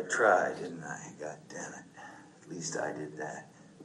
try, didn't I? God damn it. At least I did that.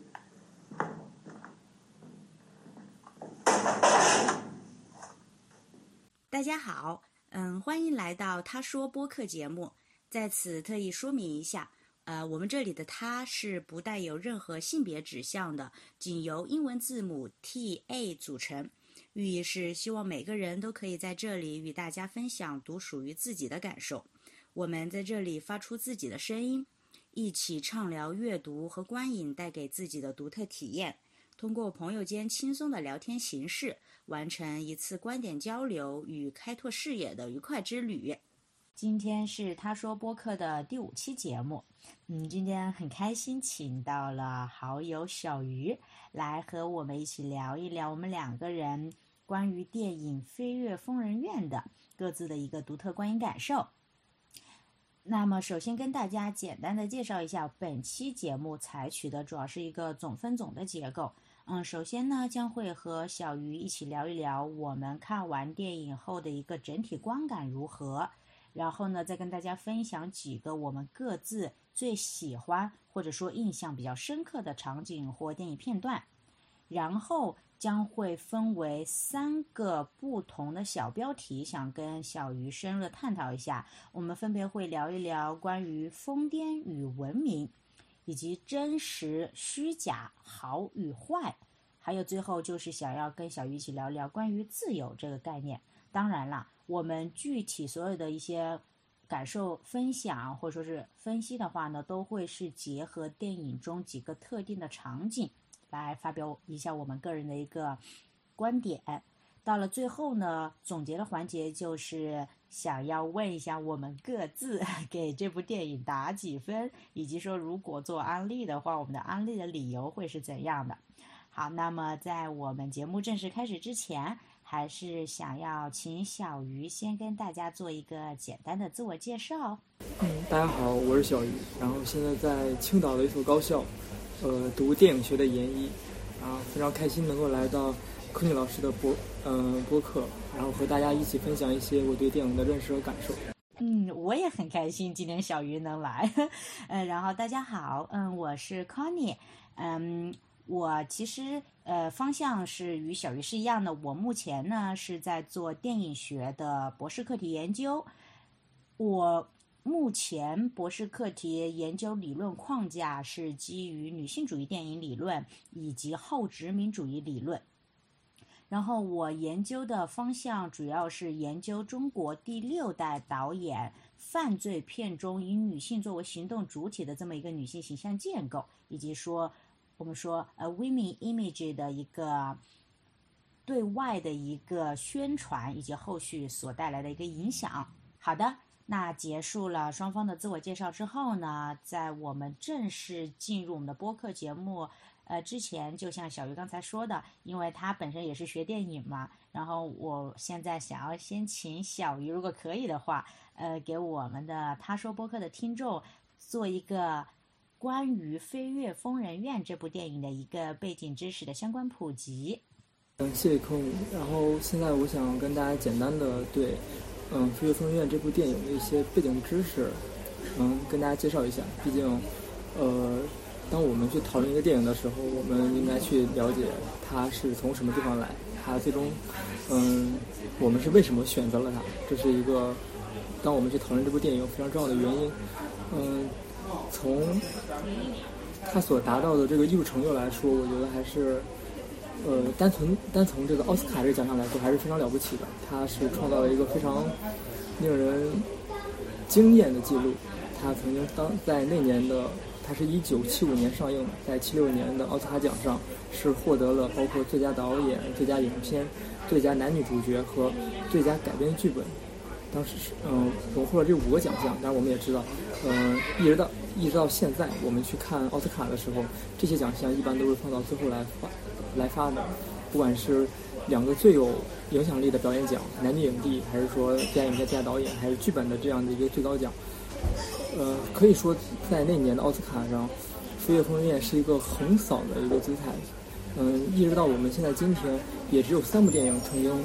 大家好，欢迎来到他说播客节目。在此特意说明一下，我们这里的他是不带有任何性别指向的，仅由英文字母 TA 组成，寓意是希望每个人都可以在这里与大家分享独属于自己的感受。我们在这里发出自己的声音，一起畅聊阅读和观影带给自己的独特体验，通过朋友间轻松的聊天形式，完成一次观点交流与开拓视野的愉快之旅。今天是他说播客的第5期节目，今天很开心请到了好友小鱼来和我们一起聊一聊我们2个人关于电影《飞越疯人院》的各自的一个独特观影感受。那么首先跟大家简单的介绍一下，本期节目采取的主要是一个总分总的结构。首先呢，将会和小鱼一起聊一聊我们看完电影后的一个整体观感如何，然后呢，再跟大家分享几个我们各自最喜欢或者说印象比较深刻的场景或电影片段，然后将会分为3个不同的小标题，想跟小鱼深入的探讨一下。我们分别会聊一聊关于疯癫与文明，以及真实虚假好与坏，还有最后就是想要跟小鱼一起聊聊关于自由这个概念。当然啦，我们具体所有的一些感受分享或者说是分析的话呢，都会是结合电影中几个特定的场景来发表一下我们个人的一个观点。到了最后呢，总结的环节就是想要问一下我们各自给这部电影打几分，以及说如果做安利的话，我们的安利的理由会是怎样的。好，那么在我们节目正式开始之前，还是想要请小鱼先跟大家做一个简单的自我介绍。 大家好，我是小鱼，然后现在在青岛的一所高校读电影学的研一，然后非常开心能够来到柯尼老师的播客，然后和大家一起分享一些我对电影的认识和感受。 我也很开心今天小鱼能来。然后大家好，我是 Connie。我其实方向是与小鱼是一样的，我目前呢是在做电影学的博士课题研究。我目前博士课题研究理论框架是基于女性主义电影理论以及后殖民主义理论，然后我研究的方向主要是研究中国第6代导演犯罪片中以女性作为行动主体的这么一个女性形象建构，以及说我们说women image 的一个对外的一个宣传，以及后续所带来的一个影响。好的，那结束了双方的自我介绍之后呢，在我们正式进入我们的播客节目之前，就像小鱼刚才说的，因为他本身也是学电影嘛，然后我现在想要先请小鱼，如果可以的话，给我们的他说播客的听众做一个关于《飞越疯人院》这部电影的一个背景知识的相关普及。 谢谢柯尼。然后现在我想跟大家简单的对《飞越疯人院》这部电影的一些背景知识跟大家介绍一下。毕竟当我们去讨论一个电影的时候，我们应该去了解它是从什么地方来，它最终我们是为什么选择了它，这是一个当我们去讨论这部电影非常重要的原因。从它所达到的这个艺术成就来说，我觉得还是单从这个奥斯卡这个奖项来说还是非常了不起的。它是创造了一个非常令人惊艳的记录。它曾经在那年的，它是1975年上映的，在76年的奥斯卡奖上是获得了包括最佳导演、最佳影片、最佳男女主角和最佳改编剧本。当时是荣获了这5个奖项。当然我们也知道一直到现在我们去看奥斯卡的时候，这些奖项一般都是放到最后来发的，不管是2个最有影响力的表演奖，男女影帝，还是说最佳影片、最佳导演，还是剧本的这样的一个最高奖。可以说在那年的奥斯卡上，《飞越疯人院》是一个横扫的一个姿态。一直到我们现在今天，也只有3部电影曾经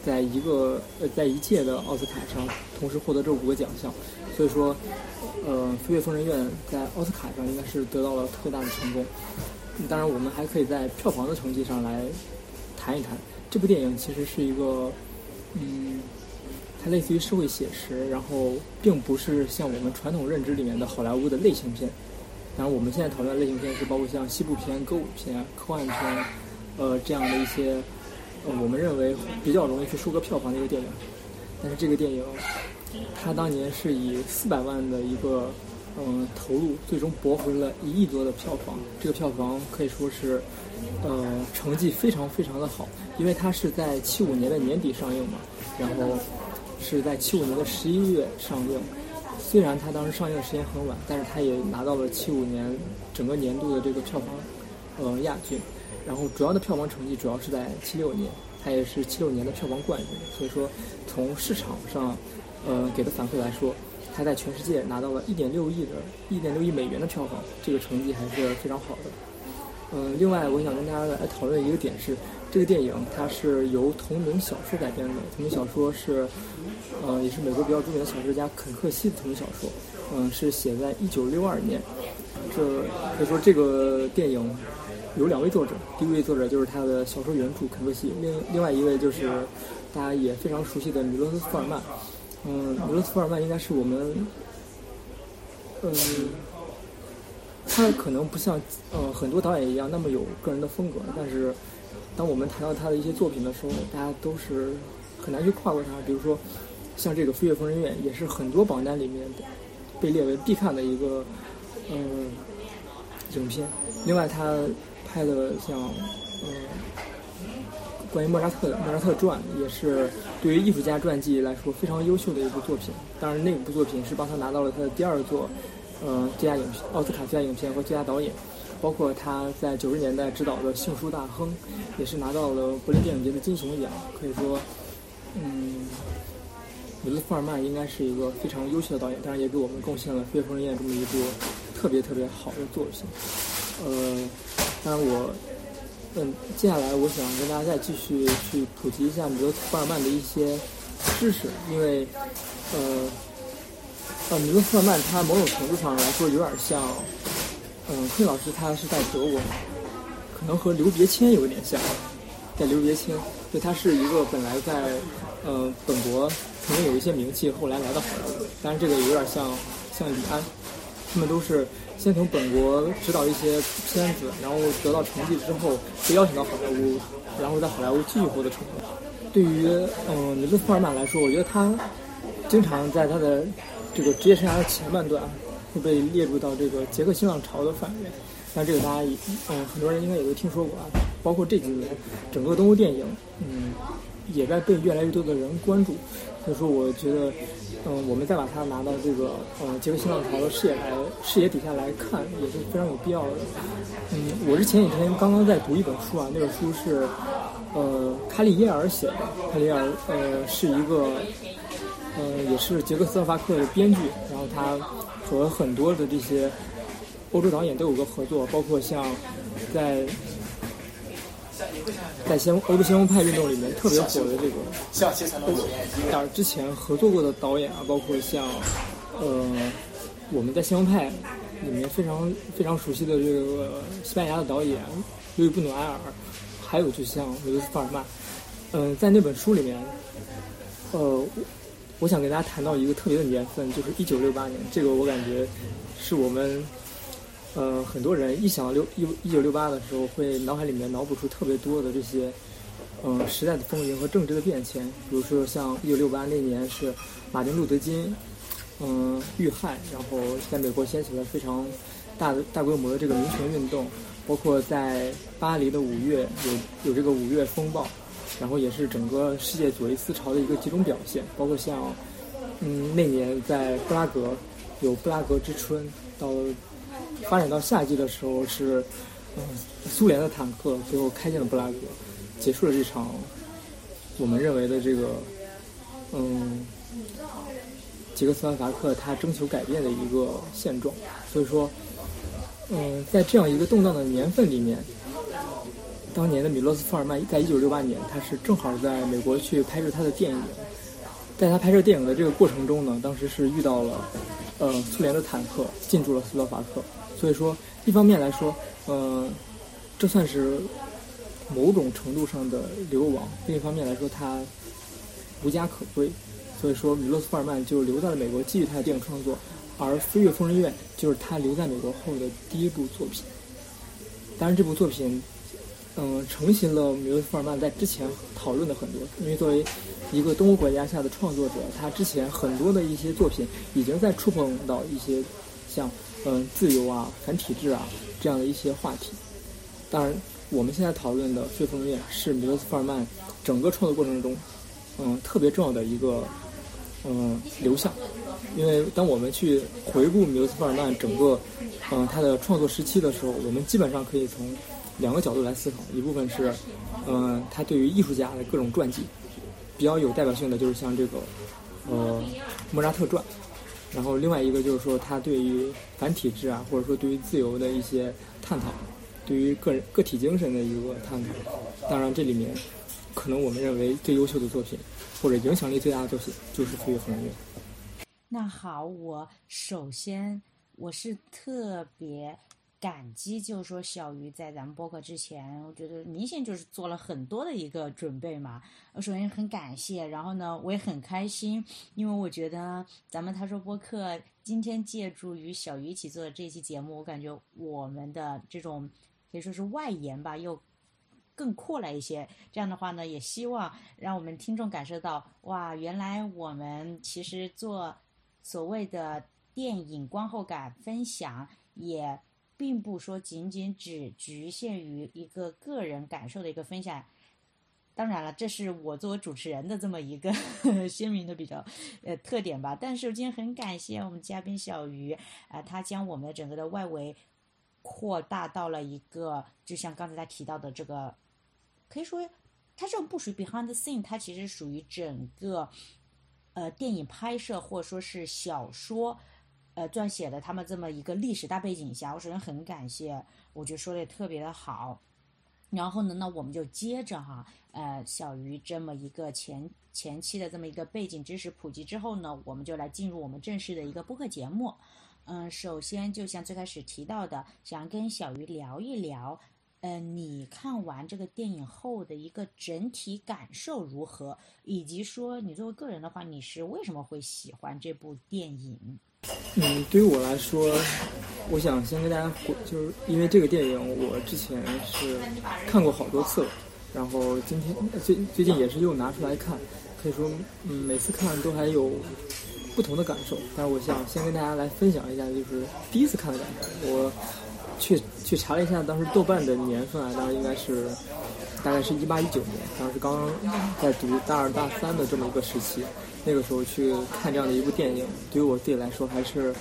在一届的奥斯卡上同时获得这5个奖项，所以说飞越疯人院在奥斯卡上应该是得到了特别大的成功。当然我们还可以在票房的成绩上来谈一谈。这部电影其实是一个它类似于社会写实，然后并不是像我们传统认知里面的好莱坞的类型片。当然我们现在讨论的类型片是包括像西部片、歌舞片、科幻片这样的一些我们认为比较容易去收割票房的一个电影。但是这个电影它当年是以400万的一个投入，最终博回了1亿多的票房。这个票房可以说是成绩非常非常的好，因为它是在75年的年底上映嘛，然后是在75年的11月上映。虽然它当时上映的时间很晚，但是它也拿到了75年整个年度的这个票房亚军。然后主要的票房成绩主要是在76年，它也是76年的票房冠军。所以说从市场上给的反馈来说，它在全世界拿到了1.6亿美元的票房，这个成绩还是非常好的。另外我想跟大家来讨论一个点是，这个电影它是由同名小说改编的。同名小说是也是美国比较著名的小说家肯克西的同名小说，是写在1962年。可以说这个电影有2位作者，第一位作者就是他的小说原著肯克西，另外一位就是大家也非常熟悉的米洛斯福尔曼。米洛斯福尔曼应该是我们他可能不像很多导演一样那么有个人的风格，但是当我们谈到他的一些作品的时候，大家都是很难去跨过他。比如说像这个《飞越疯人院》也是很多榜单里面被列为必看的一个影片。另外他拍的像关于莫扎特传，也是对于艺术家传记来说非常优秀的一部作品。当然那部作品是帮他拿到了他的第2座最佳影片奥斯卡最佳影片和最佳导演。包括他在90年代执导的《杏树大亨》也是拿到了柏林电影节的金熊奖。可以说米洛斯福尔曼应该是一个非常优秀的导演，当然也给我们贡献了《飞越疯人院》这么一部特别特别好的作品。当然接下来我想跟大家再继续去普及一下米洛斯福尔曼的一些知识，因为米洛斯福尔曼他某种程度上来说有点像柯老师他是在德国，可能和刘别谦有点像。在刘别谦，对，他是一个本来在本国曾经有一些名气，后来来到好莱坞。当然这个有点像李安，他们都是先从本国指导一些片子，然后得到成绩之后被邀请到好莱坞，然后在好莱坞继续获得成功。对于米洛斯福尔曼来说，我觉得他经常在他的这个职业生涯的前半段会被列入到这个捷克新浪潮的范围。但这个大家很多人应该也都听说过啊。包括这几年整个东欧电影也在被越来越多的人关注。所以说我觉得我们再把它拿到这个捷克新浪潮的视野底下来看也是非常有必要的。我是前几天刚刚在读一本书啊，那本书是卡里耶尔写的。卡里耶尔是一个也是捷克斯洛伐克的编剧，然后他和很多的这些欧洲导演都有个合作，包括像在欧洲先锋派运动里面特别火的这个之前合作过的导演啊，包括像我们在先锋派里面非常非常熟悉的这个西班牙的导演路易布努埃尔，还有就像米洛斯福尔曼。在那本书里面我想给大家谈到一个特别的年份，就是1968年。这个我感觉是我们很多人一想到1968的时候，会脑海里面脑补出特别多的这些时代的风云和政治的变迁。比如说像1968那年是马丁路德金遇害，然后在美国掀起了非常大规模的这个民权运动，包括在巴黎的5月有这个5月风暴，然后也是整个世界左翼思潮的一个集中表现。包括像那年在布拉格有布拉格之春，到发展到夏季的时候是苏联的坦克最后开进了布拉格，结束了这场我们认为的这个捷克斯洛伐克他征求改变的一个现状。所以说在这样一个动荡的年份里面， 当年的米洛斯福尔曼在1968年，他是正好在美国去拍摄他的电影，在他拍摄电影的这个过程中呢，当时是遇到了苏联的坦克进驻了斯洛伐克，所以说一方面来说，这算是某种程度上的流亡，另一方面来说他无家可归，所以说米洛斯福尔曼就留在了美国继续他的电影创作，而《飞越疯人院》就是他留在美国后的第一部作品。当然这部作品承袭了米洛斯福尔曼在之前讨论的很多，因为作为一个东欧国家下的创作者，他之前很多的一些作品已经在触碰到一些像自由啊、反体制啊这样的一些话题。当然我们现在讨论的《飞越疯人院》是米洛斯福尔曼整个创作过程中特别重要的一个流向，因为当我们去回顾米洛斯福尔曼整个他的创作时期的时候，我们基本上可以从两个角度来思考。一部分是他对于艺术家的各种传记，比较有代表性的就是像这个莫扎特传，然后另外一个就是说他对于反体制啊，或者说对于自由的一些探讨，对于个体精神的一个探讨。当然这里面可能我们认为最优秀的作品或者影响力最大的作品就是《飞越疯人院》。 那好，我首先我是特别感激，就是说小鱼在咱们播客之前，我觉得明显就是做了很多的一个准备嘛。我首先很感谢，然后呢，我也很开心，因为我觉得咱们他说播客今天借助于小鱼一起做的这期节目，我感觉我们的这种可以说是外延吧，又更扩了一些。这样的话呢，也希望让我们听众感受到，哇，原来我们其实做所谓的电影观后感分享，也并不说仅仅只局限于一个个人感受的一个分享。当然了，这是我作为主持人的这么一个鲜明的比较特点吧。但是今天很感谢我们嘉宾小鱼他将我们整个的外围扩大到了一个，就像刚才他提到的这个，可以说它这种不属于 behind the scene， 它其实属于整个电影拍摄或者说是小说撰写的他们这么一个历史大背景下。我首先很感谢，我觉得说的也特别的好。然后呢，那我们就接着小鱼这么一个前期的这么一个背景知识普及之后呢，我们就来进入我们正式的一个播客节目。首先就像最开始提到的，想跟小鱼聊一聊你看完这个电影后的一个整体感受如何，以及说你作为个人的话，你是为什么会喜欢这部电影？ 对于我来说，我想先跟大家就是因为这个电影我之前是看过好多次了，然后今天最近也是又拿出来看，可以说每次看都还有不同的感受。但是我想先跟大家来分享一下，就是第一次看的感受。我去查了一下当时豆瓣的年份当时应该是大概是18-19年，当时刚在读大二大三的这么一个时期，那个时候去看这样的一部电影，对于我自己来说还是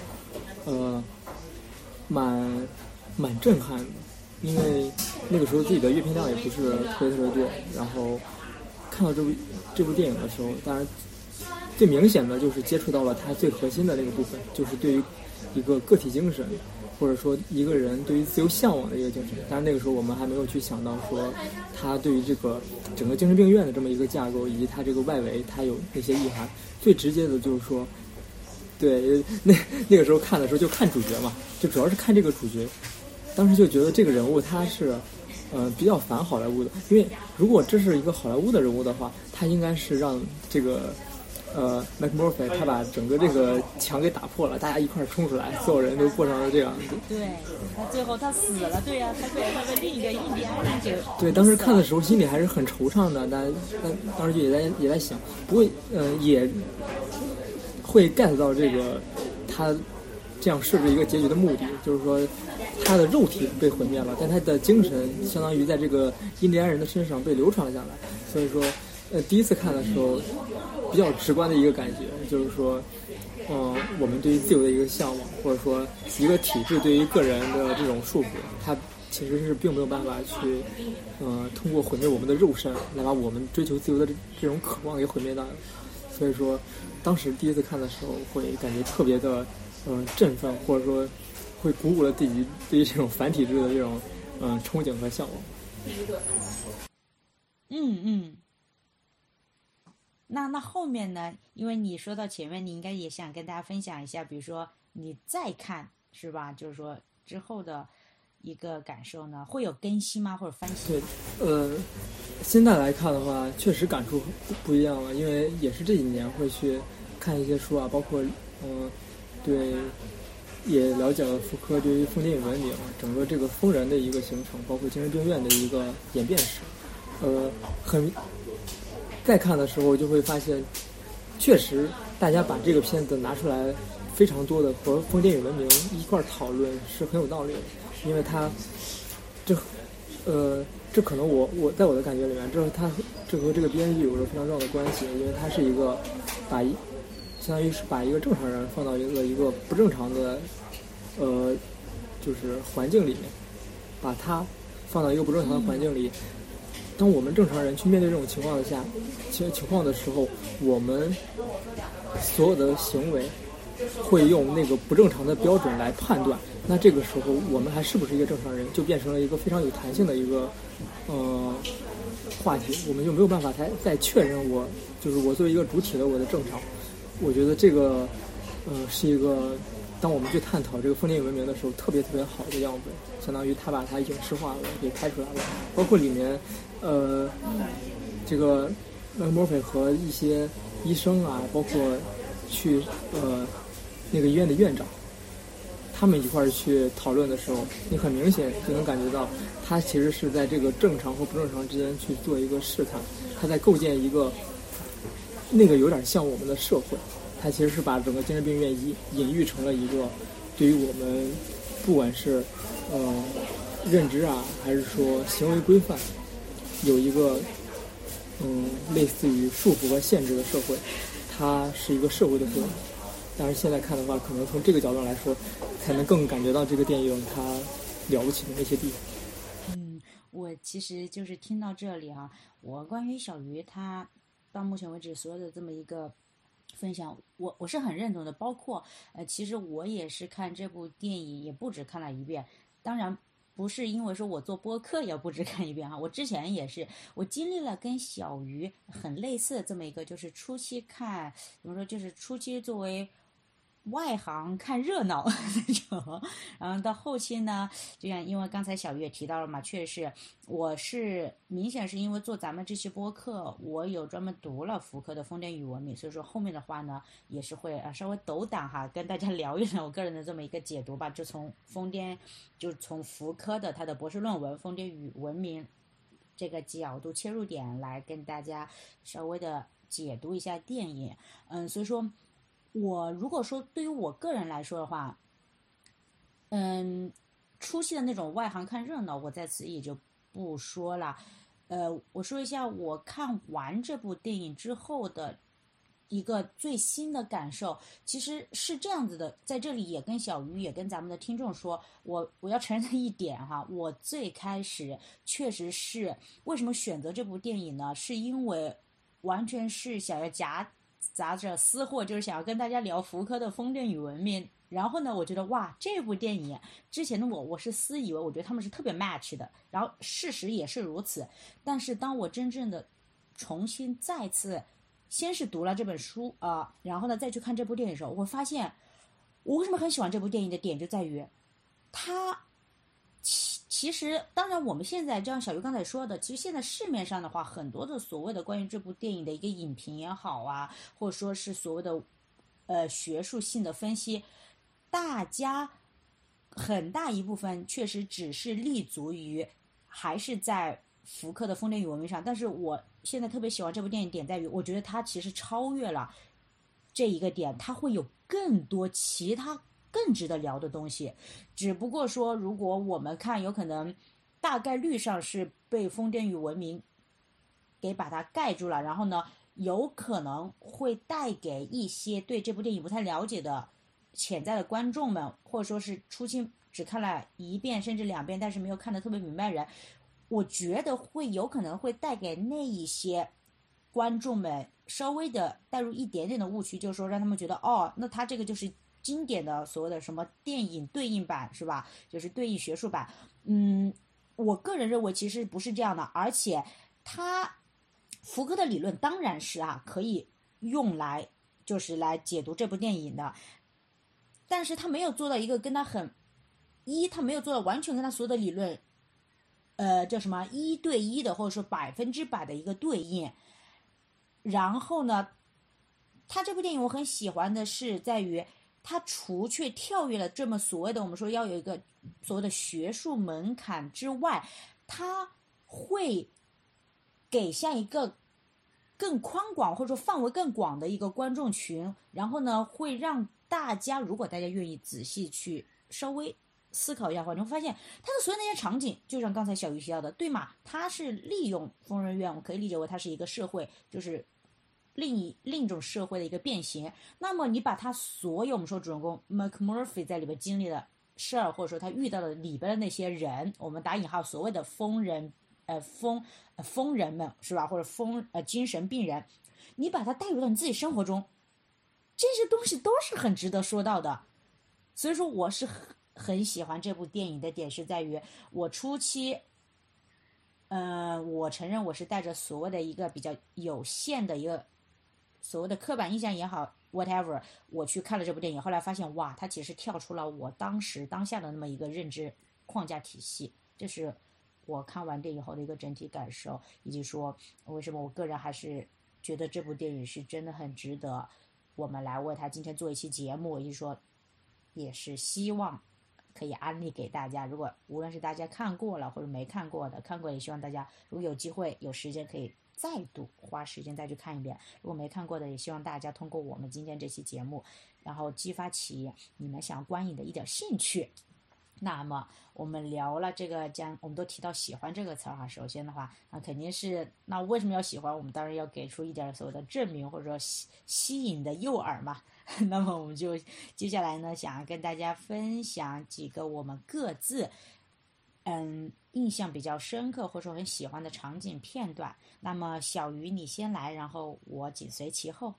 蛮震撼的。因为那个时候自己的阅片量也不是特别多，然后看到这部电影的时候，当然最明显的就是接触到了它最核心的那个部分，就是对于一个个体精神，或者说一个人对于自由向往的一个精神。当然那个时候我们还没有去想到说他对于这个整个精神病院的这么一个架构，以及他这个外围他有那些意涵。最直接的就是说，对，那个时候看的时候就看主角嘛，就主要是看这个主角。当时就觉得这个人物他是比较反好莱坞的，因为如果这是一个好莱坞的人物的话，他应该是让这个Mac Murphy 他把整个这个墙给打破了，大家一块冲出来，所有人都过上了这样子。 对，他最后他死了，对呀，他被另一个印第安人给。 对，当时看的时候心里还是很惆怅的，但当时就也在想，不过也会 get 到这个他这样设置一个结局的目的，就是说他的肉体被毁灭了，但他的精神相当于在这个印第安人的身上被流传了下来。所以说第一次看的时候比较直观的一个感觉就是说我们对于自由的一个向往，或者说一个体制对于个人的这种束缚，它其实是并没有办法去通过毁灭我们的肉身来把我们追求自由的这种渴望给毁灭掉。所以说当时第一次看的时候会感觉特别的振奋，或者说会鼓舞了自己对于这种反体制的这种憧憬和向往。 那后面呢？因为你说到前面，你应该也想跟大家分享一下，比如说你再看是吧？就是说之后的一个感受呢，会有更新吗？或者翻新吗？ 对，现在来看的话，确实感触不一样了，因为也是这几年会去看一些书啊，包括对，也了解了福柯对于疯电影文明整个这个疯人的一个形成，包括精神病院的一个演变史，再看的时候就会发现，确实大家把这个片子拿出来，非常多的和疯电影文明一块讨论是很有道理的，因为它这可能我在我的感觉里面，这和这个编剧有着非常重要的关系，因为它是一个相当于是把一个正常人放到一个不正常的就是环境里面，把它放到一个不正常的环境里。当我们正常人去面对这种情况的时候，我们所有的行为会用那个不正常的标准来判断。那这个时候，我们还是不是一个正常人，就变成了一个非常有弹性的一个话题。我们就没有办法再确认我作为一个主体的我的正常。我觉得这个是一个当我们去探讨这个疯电影文明的时候，特别特别好的样子，相当于他把它影视化了，给拍出来了。包括里面这个墨菲和一些医生啊，包括去那个医院的院长，他们一块儿去讨论的时候，你很明显就能感觉到，他其实是在这个正常和不正常之间去做一个试探，他在构建一个那个有点像我们的社会。它其实是把整个精神病院隐喻成了一个对于我们不管是认知啊，还是说行为规范，有一个类似于束缚和限制的社会，它是一个社会的作用。但是现在看的话，可能从这个角度来说，才能更感觉到这个电影它了不起的那些地方。 我其实就是听到这里啊，我关于小鱼他到目前为止所有的这么一个分享，我是很认同的。包括其实我也是看这部电影也不止看了一遍，当然不是因为说我做播客也不止看一遍哈，我之前也是，我经历了跟小鱼很类似的这么一个，就是初期看怎么说，就是初期作为外行看热闹那种，然后到后期呢，就像因为刚才小鱼也提到了嘛，确实我是明显是因为做咱们这期播客，我有专门读了福柯的疯癫与文明，所以说后面的话呢，也是会稍微斗胆哈，跟大家聊一聊我个人的这么一个解读吧，就从福柯的他的博士论文《疯癫与文明》这个角度切入点来跟大家稍微的解读一下电影，所以说。我如果说对于我个人来说的话，初期的那种外行看热闹，我在此也就不说了。我说一下我看完这部电影之后的一个最新的感受，其实是这样子的，在这里也跟小鱼也跟咱们的听众说，我要承认的一点哈，我最开始确实是为什么选择这部电影呢？是因为完全是想要砸着私货，就是想要跟大家聊福柯的《疯癫与文明》。然后呢，我觉得哇，这部电影之前的我是私以为，我觉得他们是特别 match 的，然后事实也是如此。但是当我真正的重新再次，先是读了这本书然后呢再去看这部电影的时候，我发现我为什么很喜欢这部电影的点就在于，它其实当然我们现在就像小鱼刚才说的，其实现在市面上的话，很多的所谓的关于这部电影的一个影评也好啊，或者说是所谓的学术性的分析，大家很大一部分确实只是立足于还是在福柯的疯癫与文明上，但是我现在特别喜欢这部电影点在于，我觉得它其实超越了这一个点，它会有更多其他更值得聊的东西。只不过说如果我们看，有可能大概率上是被疯癫与文明给把它盖住了，然后呢有可能会带给一些对这部电影不太了解的潜在的观众们，或者说是初期只看了一遍甚至2遍但是没有看得特别明白的人，我觉得有可能会带给那一些观众们稍微的带入一点点的误区，就是说让他们觉得那他这个就是经典的所谓的什么电影对应版是吧，就是对应学术版。 我个人认为其实不是这样的，而且福柯的理论当然是可以用来就是来解读这部电影的，但是他没有做到一个跟他他没有做到完全跟他所有的理论叫什么1对1的或者说100%的一个对应。然后呢，他这部电影我很喜欢的是在于他除却跳跃了这么所谓的我们说要有一个所谓的学术门槛之外，他会给向一个更宽广或者说范围更广的一个观众群，然后呢会让大家，如果大家愿意仔细去稍微思考一下的话，你会发现他的所有那些场景就像刚才小鱼提到的，对吗？他是利用疯人院，我可以理解为它是一个社会，就是另一种社会的一个变形。那么你把他所有我们说主人公 McMurphy 在里边经历的事儿，或者说他遇到的里边的那些人，我们打引号所谓的疯人疯人们是吧，或者精神病人，你把它带入到你自己生活中，这些东西都是很值得说到的。所以说我是很喜欢这部电影的点是在于，我初期我承认我是带着所谓的一个比较有限的一个所谓的刻板印象也好 whatever， 我去看了这部电影，后来发现哇，它其实跳出了我当下的那么一个认知框架体系，这是我看完电影后的一个整体感受，以及说为什么我个人还是觉得这部电影是真的很值得我们来为它今天做一期节目，以及说也是希望可以安利给大家，如果无论是大家看过了或者没看过的，看过也希望大家如果有机会有时间可以再度花时间再去看一遍，如果没看过的也希望大家通过我们今天这期节目，然后激发起你们想观影的一点兴趣。那么我们聊了这个，我们都提到喜欢这个词首先的话，那肯定是那为什么要喜欢，我们当然要给出一点所谓的证明或者说吸引的诱饵嘛。那么我们就接下来呢，想要跟大家分享几个我们各自印象比较深刻或者说很喜欢的场景片段。那么小鱼你先来，然后我紧随其后。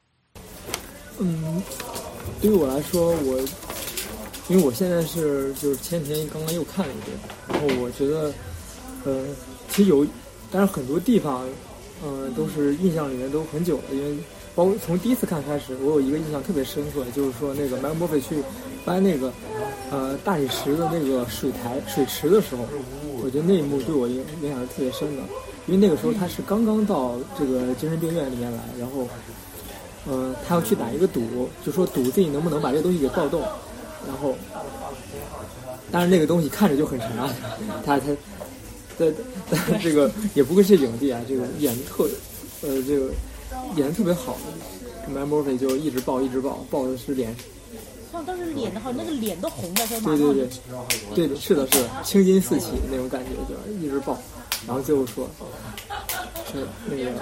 对于我来说，因为我现在就是前几天刚刚又看了一遍，然后我觉得其实但是很多地方都是印象里面都很久了，因为包括从第一次看开始，我有一个印象特别深刻，就是说那个麦克莫菲去搬那个大理石的那个水池的时候，我觉得那一幕对我影响是特别深的，因为那个时候他是刚刚到这个精神病院里面来，然后他要去打一个赌，就说赌自己能不能把这个东西给爆动，然后当然那个东西看着就很神啊，他这个也不愧是影帝啊，这个演的特别好，Matt Murphy 就一直爆爆的是脸， 当时脸的好，那个脸都红了， 对，是的，青筋四起那种感觉，就一直爆，然后最后说是那个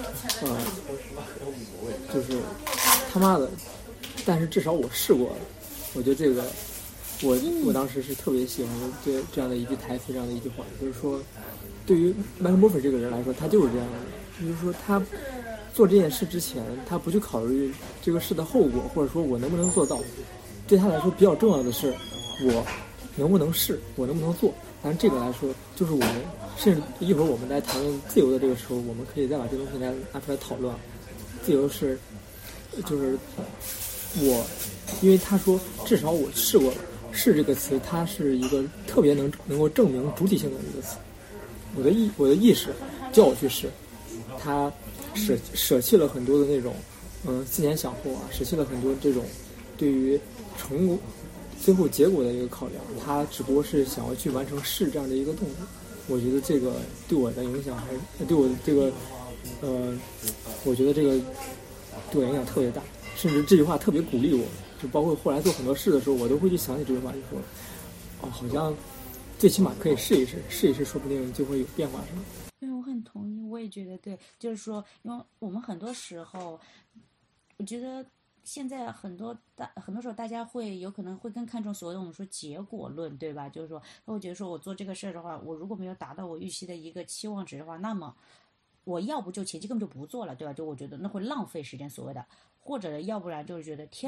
就是他妈的，但是至少我试过了，我觉得这个我当时是特别喜欢这样的一句台词，这样的一句话，就是说对于麦克莫菲这个人来说，他就是这样的，就是说他做这件事之前，他不去考虑这个事的后果，或者说我能不能做到，对他来说比较重要的是我能不能试，我能不能做。但是这个来说，就是我们甚至一会儿我们在谈论自由的这个时候，我们可以再把这东西拿出来讨论。自由就是因为他说至少我试过了，试这个词它是一个特别能够证明主体性的一个词。我的意识叫我去试，他舍弃了很多的那种思前想后舍弃了很多这种对于成果最后结果的一个考量，他只不过是想要去完成试这样的一个动作。我觉得这个对我的影响还是对我的这个我觉得这个对我影响特别大，甚至这句话特别鼓励我，就包括后来做很多事的时候，我都会去想起这句话，就说好像最起码可以试一试，说不定就会有变化什么。 对，我很同意，我也觉得对，就是说，因为我们很多时候，我觉得现在很多时候大家有可能会更看重所谓的我们说结果论，对吧？就是说，他会觉得说我做这个事儿的话，我如果没有达到我预期的一个期望值的话，那么我要不就前期根本就不做了，对吧？就我觉得那会浪费时间，所谓的，或者要不然就是觉得天哪，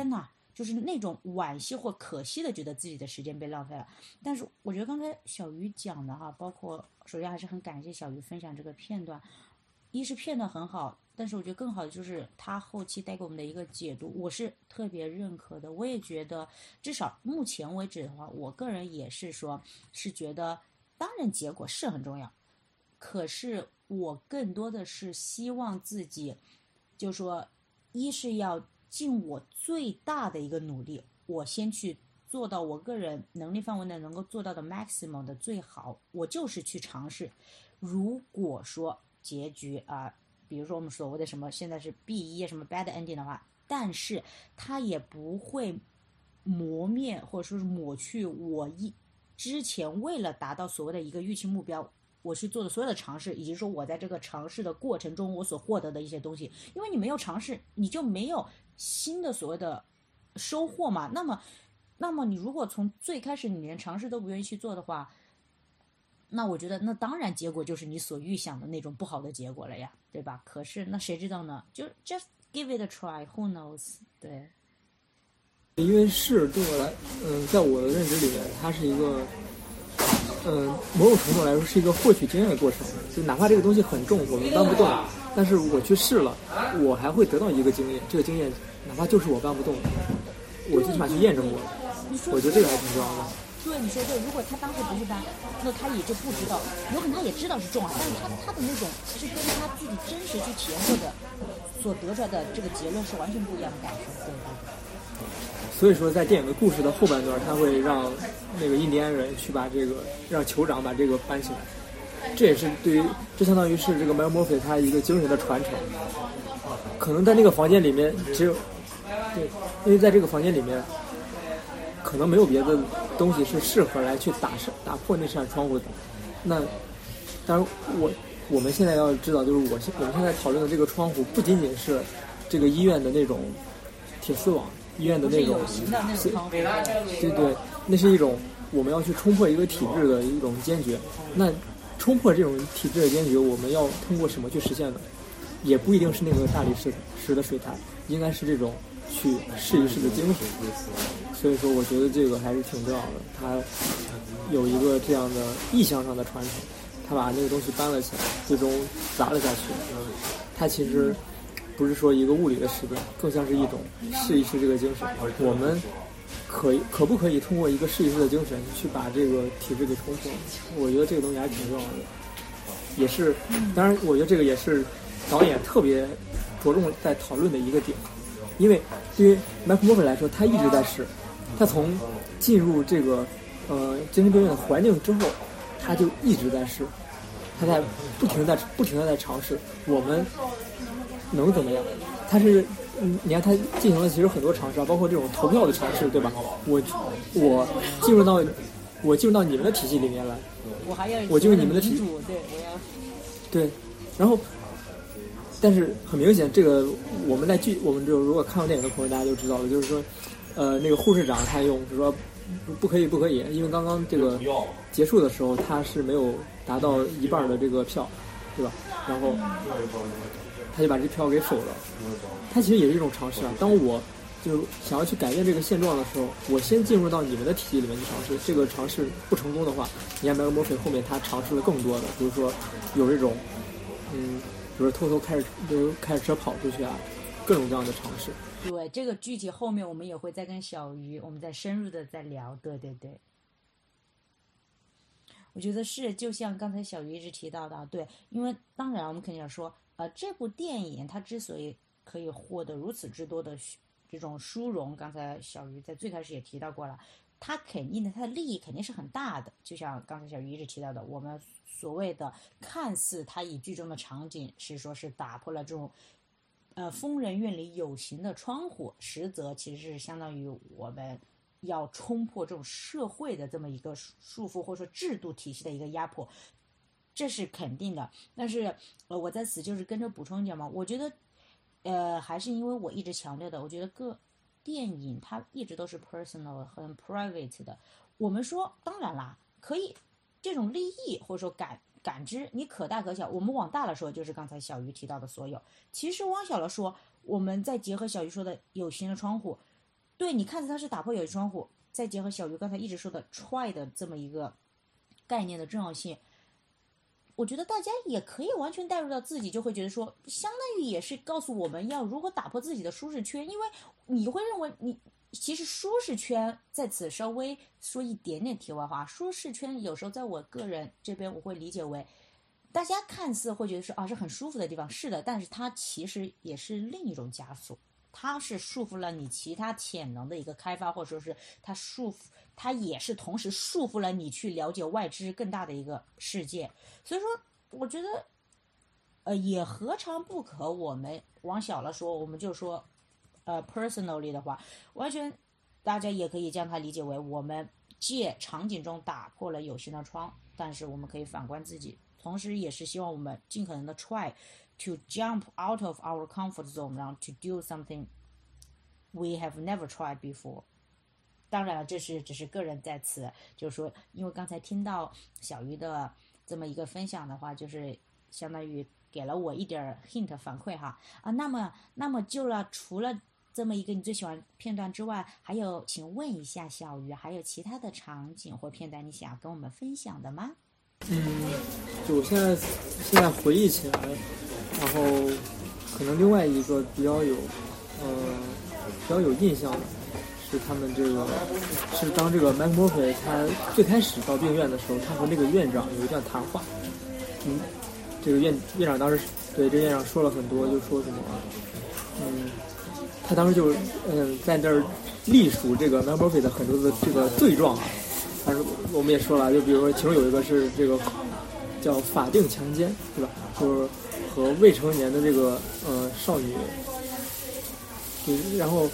就是那种惋惜或可惜的觉得自己的时间被浪费了。但是我觉得刚才小鱼讲的哈，包括首先还是很感谢小鱼分享这个片段，一是片段很好，但是我觉得更好的就是他后期带给我们的一个解读，我是特别认可的。我也觉得至少目前为止的话，我个人也是说是觉得当然结果是很重要，可是我更多的是希望自己就说一是要尽我最大的一个努力，我先去做到我个人能力范围内能够做到的 maximum 的最好，我就是去尝试。如果说结局比如说我们所谓的什么现在是 B1 什么 bad ending 的话，但是它也不会磨灭或者说是抹去我之前为了达到所谓的一个预期目标我去做的所有的尝试，以及说我在这个尝试的过程中我所获得的一些东西，因为你没有尝试你就没有新的所谓的收获嘛。那么你如果从最开始你连尝试都不愿意去做的话，那我觉得那当然结果就是你所预想的那种不好的结果了呀，对吧？可是那谁知道呢，就 just give it a try, who knows。 对， 因为是对我来在我的认知里面它是一个某种程度来说是一个获取经验的过程，就哪怕这个东西很重我们搬不动，但是我去试了，我还会得到一个经验，这个经验哪怕就是我搬不动的，我最起码去验证过了，我觉得这个还挺重要的。 对，你说对，如果他当时不是搬，那他也就不知道，有可能他也知道是重但是他的那种是跟他自己真实去体验过的所得出来的这个结论是完全不一样的感受。对。 所以说在电影的故事的后半段，他会让那个印第安人去把这个让酋长把这个搬起来，这也是对于这相当于是这个 Mel Murphy 他一个精神的传承。可能在那个房间里面只有因为在这个房间里面可能没有别的东西是适合来去打破那扇窗户的。那当然我们现在要知道，就是我们现在讨论的这个窗户不仅仅是这个医院的那种铁丝网，医院的那种有形的那种窗户， 对，那是一种我们要去冲破一个体制的一种坚决。那冲破这种体制的坚决，我们要通过什么去实现呢？也不一定是那个大理石的水台，应该是这种去试一试的精神。所以说我觉得这个还是挺重要的，它有一个这样的意向上的传承，他把那个东西搬了起来，最终砸了下去。它其实不是说一个物理的实证，更像是一种试一试这个精神。我们可不可以通过一个试一试的精神去把这个体制给冲破？我觉得这个东西还挺重要的，也是当然我觉得这个也是导演特别着重在讨论的一个点。因为对于 Mel Murphy 来说，他一直在试，他从进入这个精神病院的环境之后，他就一直在试，他在不停的在尝试我们能怎么样。他是你看他进行了其实很多尝试，包括这种投票的尝试，对吧？我进入到你们的体系里面来，我进入你们的体系，对，然后但是很明显，这个我们就如果看过电影的朋友大家就知道了，就是说那个护士长他就说不可以，因为刚刚这个结束的时候他是没有达到一半的这个票，对吧？然后他就把这票给否了。他其实也是一种尝试啊。当我就想要去改变这个现状的时候，我先进入到你们的体系里面去尝试，这个尝试不成功的话，你看 Mel Murphy 后面他尝试了更多的，比如说有这种比如偷偷开着车跑出去啊，各种各样的尝试。 对，这个具体后面我们也会再跟小鱼我们再深入的再聊。对，我觉得是就像刚才小鱼一直提到的，对，因为当然我们肯定要说这部电影它之所以可以获得如此之多的这种殊荣，刚才小鱼在最开始也提到过了，它肯定的它的利益肯定是很大的，就像刚才小鱼一直提到的，我们所谓的看似它以剧中的场景是说是打破了这种疯人院里有形的窗户，实则其实是相当于我们要冲破这种社会的这么一个束缚或者说制度体系的一个压迫，这是肯定的。但是我在此就是跟着补充一点嘛，我觉得还是因为我一直强调的，我觉得各电影它一直都是 personal 很 private 的。我们说当然啦，可以这种利益或者说感知你可大可小，我们往大了说就是刚才小鱼提到的所有，其实往小了说，我们再结合小鱼说的有形的窗户， 对，你看着它是打破有窗户，再结合小鱼刚才一直说的 try 的这么一个概念的重要性，我觉得大家也可以完全带入到自己，就会觉得说，相当于也是告诉我们要如何打破自己的舒适圈，因为你会认为你其实舒适圈在此稍微说一点点题外话，舒适圈有时候在我个人这边我会理解为，大家看似会觉得是很舒服的地方，是的，但是它其实也是另一种枷锁。它是束缚了你其他潜能的一个开发，或者说是它也是同时束缚了你去了解外知更大的一个世界。所以说，我觉得，也何尝不可？我们往小了说，我们就说，personally 的话，完全大家也可以将它理解为我们借场景中打破了有形的窗，但是我们可以反观自己，同时也是希望我们尽可能的 try to jump out of our comfort zone， 然后 to do something we have never tried before。当然了，这是只是个人在此，就是说，因为刚才听到小鱼的这么一个分享的话，就是相当于给了我一点 hint 反馈哈啊。那么除了这么一个你最喜欢片段之外，还有，请问一下小鱼，还有其他的场景或片段你想要跟我们分享的吗？ 就我现在回忆起来，然后可能另外一个比较有印象的是他们这个是当这个 Mike Murphy 他最开始到病院的时候，他和那个院长有一段谈话。这个院长当时对这个院长说了很多，就说什么他当时就在那儿隶属这个 Mike Murphy 的很多的这个罪状啊。但是我们也说了，就比如说其中有一个是这个叫法定强奸，对吧？就是和未成年的这个少女，然后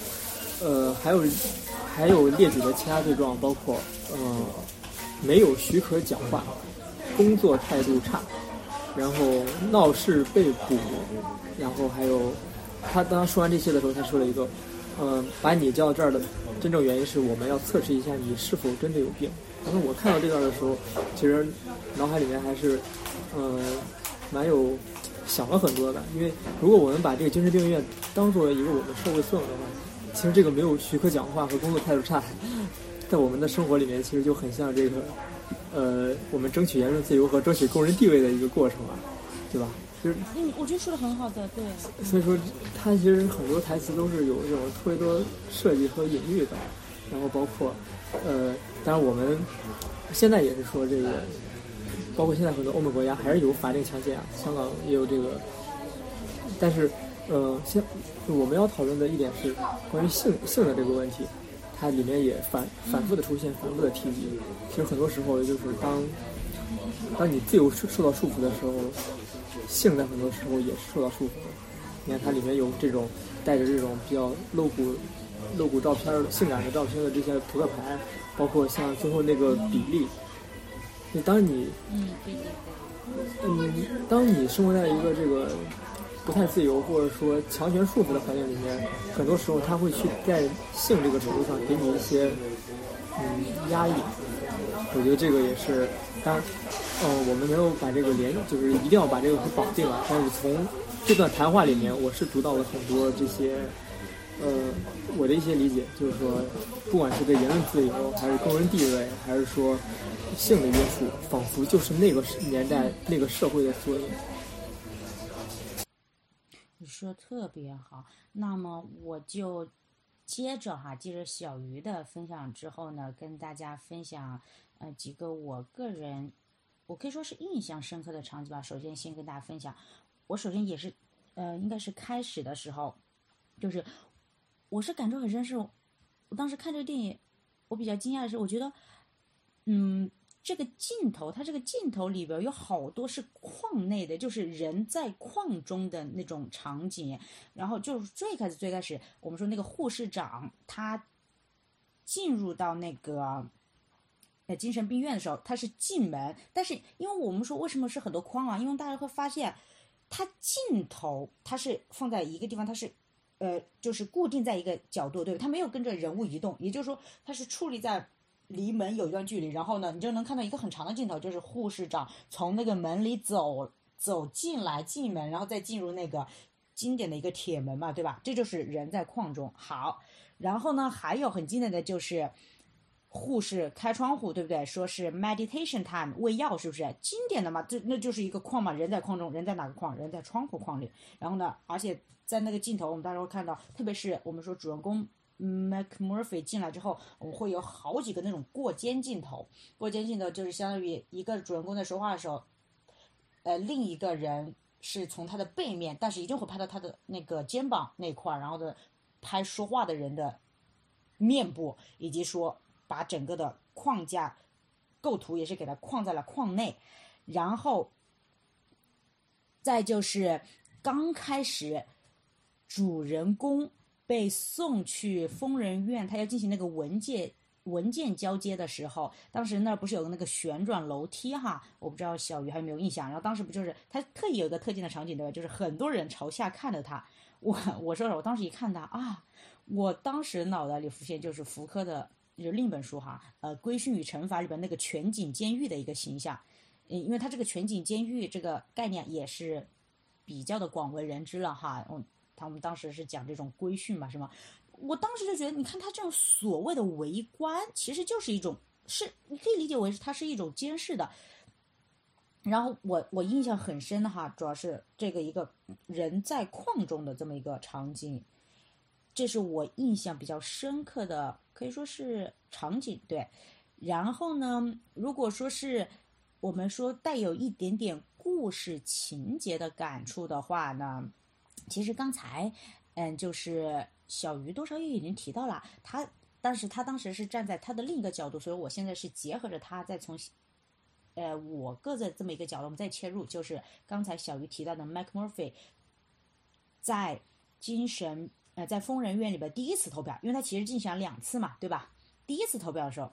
还有列举的其他罪状，包括没有许可讲话，工作态度差，然后闹事被捕，然后还有他当他说完这些的时候，他说了一个把你叫到这儿的真正原因是我们要测试一下你是否真的有病。当时我看到这段的时候，其实脑海里面还是蛮有想了很多的，因为如果我们把这个精神病院当做一个我们社会作用的话，其实这个没有许可讲话和工作态度差，在我们的生活里面其实就很像这个我们争取言论自由和争取工人地位的一个过程啊，对吧？就是我觉得说的很好的，对。 所以说，他其实很多台词都是有这种特别多设计和隐喻的，然后包括当然我们现在也是说这个，包括现在很多欧美国家还是有法定强奸啊，香港也有这个，但是我们要讨论的一点是关于性的这个问题，它里面也反复的出现，反复的提及。其实很多时候就是当你自由受到束缚的时候，性在很多时候也是受到束缚的。你看它里面有这种带着这种比较露骨照片、性感的照片的这些扑克牌，包括像最后那个比例。当你生活在一个这个不太自由或者说强权束缚的环境里面，很多时候他会去在性这个程度上给你一些压抑。我觉得这个也是，当然我们没有把这个就是一定要把这个绑定了。但是从这段谈话里面，我是读到了很多这些我的一些理解，就是说不管是对言论自由还是工人地位，还是说性的约束，仿佛就是那个年代那个社会的缩影。 你说特别好，那么我就接着小鱼的分享之后呢，跟大家分享几个我个人我可以说是印象深刻的场景吧。首先先跟大家分享，我首先也是应该是开始的时候，就是我是感触很深，是我当时看这个电影，我比较惊讶的是，我觉得这个镜头，它这个镜头里边有好多是矿内的，就是人在矿中的那种场景。然后就是最开始我们说那个护士长他进入到那个精神病院的时候，他是进门，但是因为我们说为什么是很多框啊，因为大家会发现他镜头他是放在一个地方，他是就是固定在一个角度，对吧？他没有跟着人物移动，也就是说他是矗立在离门有一段距离，然后呢你就能看到一个很长的镜头，就是护士长从那个门里走进来，进门然后再进入那个经典的一个铁门嘛，对吧？这就是人在矿中。好， 然后呢，还有很经典的就是护士开窗户，对不对？说是 meditation time 喂药，是不是经典的嘛？那就是一个框嘛，人在框中，人在哪个框？人在窗户框里。然后呢，而且在那个镜头，我们大家会看到，特别是我们说主人公McMurphy 进来之后，我们会有好几个那种过肩镜头。过肩镜头就是相当于一个主人公在说话的时候，另一个人是从他的背面，但是一定会拍到他的那个肩膀那块，然后的拍说话的人的面部，以及说把整个的框架构图也是给它框在了框内。然后再就是刚开始主人公被送去疯人院，他要进行那个文件交接的时候，当时那儿不是有个那个旋转楼梯哈，我不知道小鱼还有没有印象。然后当时不就是他特意有一个特定的场景对吧，就是很多人朝下看着他。我说我当时一看他啊，我当时脑袋里浮现就是福柯的就另一本书哈，规训与惩罚里边那个全景监狱的一个形象。因为他这个全景监狱这个概念也是比较的广为人知了哈。他们当时是讲这种规训嘛，是吗？我当时就觉得，你看他这种所谓的围观，其实就是一种，是你可以理解为它是一种监视的。然后我印象很深的哈，主要是这个一个人在矿中的这么一个场景，这是我印象比较深刻的，可以说是场景对。然后呢，如果说是我们说带有一点点故事情节的感触的话呢，其实刚才就是小鱼多少也已经提到了但是他当时是站在他的另一个角度，所以我现在是结合着他再从我个的这么一个角度我们再切入，就是刚才小鱼提到的 McMurphy 在在疯人院里边第一次投票，因为他其实进行了2次嘛，对吧？第一次投票的时候，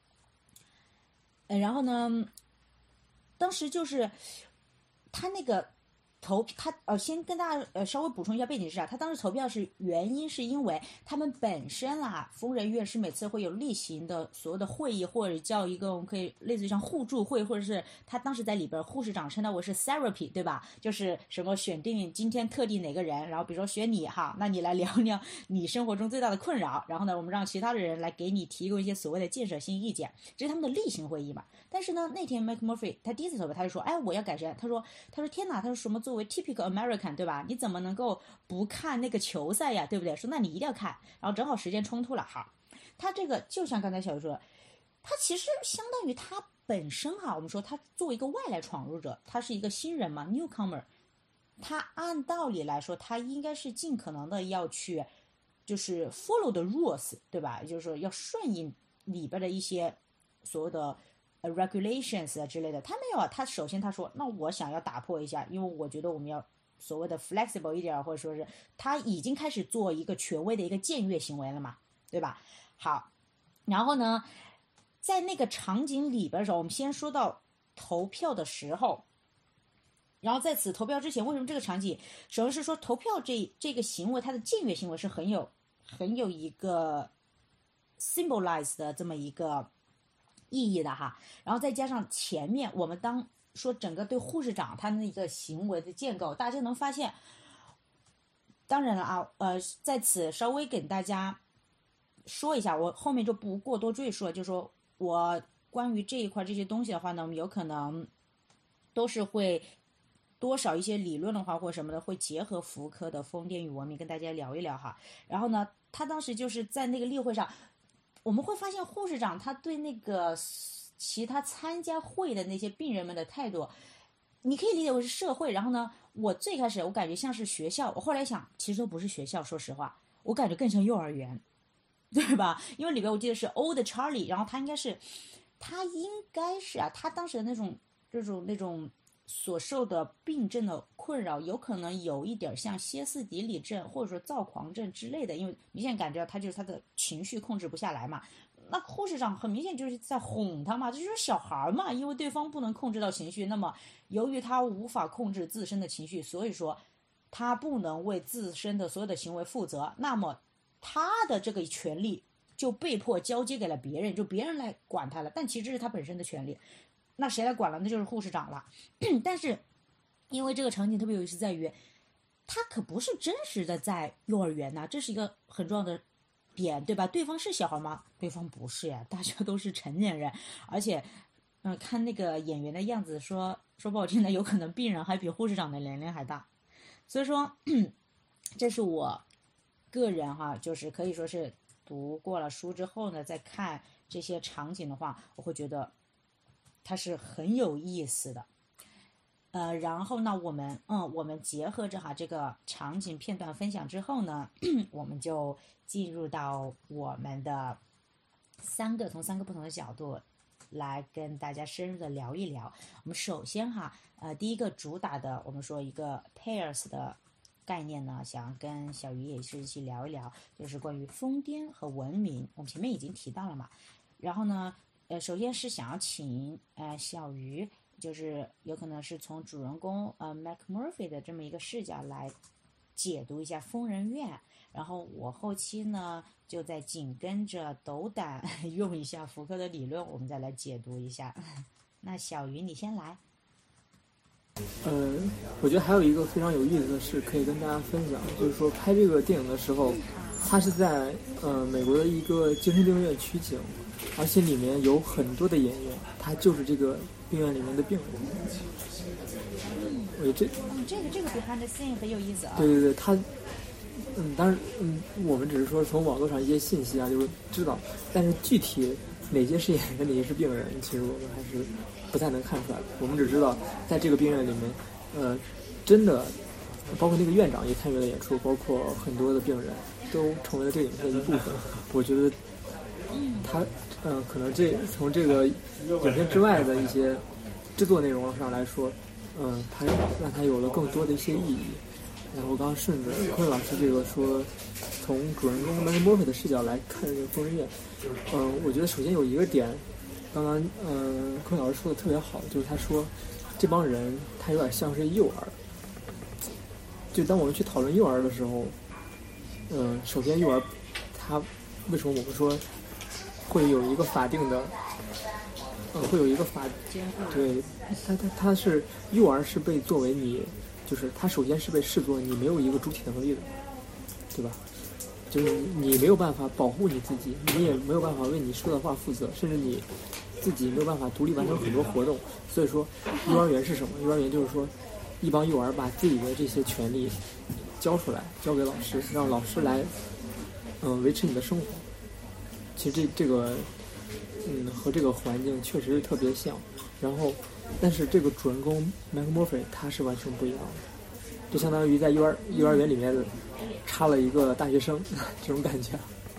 然后呢，当时就是他那个先跟大家稍微补充一下背景是啥。他当时投票原因是因为他们本身疯人院是每次会有例行的所有的会议，或者叫一个我们可以类似于像互助会，或者是他当时在里边护士长称他为是 therapy 对吧？就是什么选定今天特定哪个人，然后比如说选你哈，那你来聊聊你生活中最大的困扰，然后呢我们让其他的人来给你提供一些所谓的建设性意见，这是他们的例行会议嘛。但是呢那天 McMurphy 他第一次投票，他就说我要改善，他说天哪，他说什么作为 typical American 对吧，你怎么能够不看那个球赛呀，对不对？说那你一定要看，然后正好时间冲突了哈。他这个就像刚才小鱼说，他其实相当于他本身我们说他作为一个外来闯入者，他是一个新人嘛 newcomer， 他按道理来说他应该是尽可能的要去就是 follow the rules 对吧，也就是说要顺应里边的一些所谓的regulations 之类的。他没有他首先他说那我想要打破一下，因为我觉得我们要所谓的 flexible 一点，或者说是他已经开始做一个权威的一个僭越行为了嘛，对吧？好，然后呢在那个场景里边的时候，我们先说到投票的时候，然后在此投票之前，为什么这个场景首先是说投票这个行为它的僭越行为是很有一个 symbolize 的这么一个意义的哈。然后再加上前面我们当说整个对护士长他那个行为的建构，大家能发现，当然了在此稍微给大家说一下，我后面就不过多赘述了，就是说我关于这一块这些东西的话呢，我们有可能都是会多少一些理论的话或什么的，会结合福柯的疯癫与文明跟大家聊一聊哈。然后呢他当时就是在那个例会上，我们会发现护士长他对那个其他参加会的那些病人们的态度，你可以理解为是社会。然后呢我最开始我感觉像是学校，我后来想其实都不是学校，说实话我感觉更像幼儿园，对吧？因为里边我记得是 Old Charlie， 然后他应该是他当时的那种所受的病症的困扰，有可能有一点像歇斯底里症或者说躁狂症之类的，因为明显感觉到他就是他的情绪控制不下来嘛。那护士长很明显就是在哄他嘛，就是小孩嘛，因为对方不能控制到情绪，那么由于他无法控制自身的情绪，所以说他不能为自身的所有的行为负责，那么他的这个权利就被迫交接给了别人，就别人来管他了，但其实这是他本身的权利，那谁来管了？那就是护士长了。但是因为这个场景特别有意思在于，他可不是真实的在幼儿园呐，这是一个很重要的点，对吧？对方是小孩吗？对方不是呀，大家都是成年人，而且，看那个演员的样子，说不好听的，有可能病人还比护士长的年龄还大，所以说，这是我个人哈，就是可以说是读过了书之后呢，再看这些场景的话，我会觉得它是很有意思的。然后呢，我们结合着这个场景片段分享之后呢，我们就进入到我们的从三个不同的角度来跟大家深入的聊一聊。我们首先第一个主打的，我们说一个 pairs 的概念呢，想跟小鱼也是一起聊一聊，就是关于疯癫和文明。我们前面已经提到了嘛，然后呢，首先是想要请小鱼。就是有可能是从主人公Mac Murphy 的这么一个视角来解读一下疯人院，然后我后期呢就在紧跟着斗胆用一下福柯的理论，我们再来解读一下。那小鱼你先来。 我觉得还有一个非常有意思的事可以跟大家分享，就是说拍这个电影的时候，它是在美国的一个精神病院取景，而且里面有很多的演员，他就是这个病院里面的病人。我觉得这个 behind the scene 很有意思啊。 对对对，他当然我们只是说从网络上一些信息就知道，但是具体哪些是演员哪些是病人，其实我们还是不太能看出来。我们只知道在这个病院里面真的包括那个院长也参与了演出，包括很多的病人都成为了这个影片的一部分。我觉得他可能从这个影片之外的一些制作内容上来说，他让他有了更多的一些意义。然后刚刚顺着坤老师这个说，从主人公Mac Murphy的视角来看这个疯人院，我觉得首先有一个点，刚刚坤老师说的特别好，就是他说这帮人他有点像是幼儿。就当我们去讨论幼儿的时候，首先幼儿他为什么我们说会有一个法定的，会有一个对，他是幼儿是被作为你，就是他首先是被视作你没有一个主体能力的，对吧？就是你没有办法保护你自己，你也没有办法为你说的话负责，甚至你自己没有办法独立完成很多活动。所以说，幼儿园是什么？幼儿园就是说，一帮幼儿把自己的这些权利交出来，交给老师，让老师来，维持你的生活。其实这个，和这个环境确实是特别像。然后，但是这个主人公 Mac Murphy 他是完全不一样的，就相当于在幼儿园里面插了一个大学生这种感觉。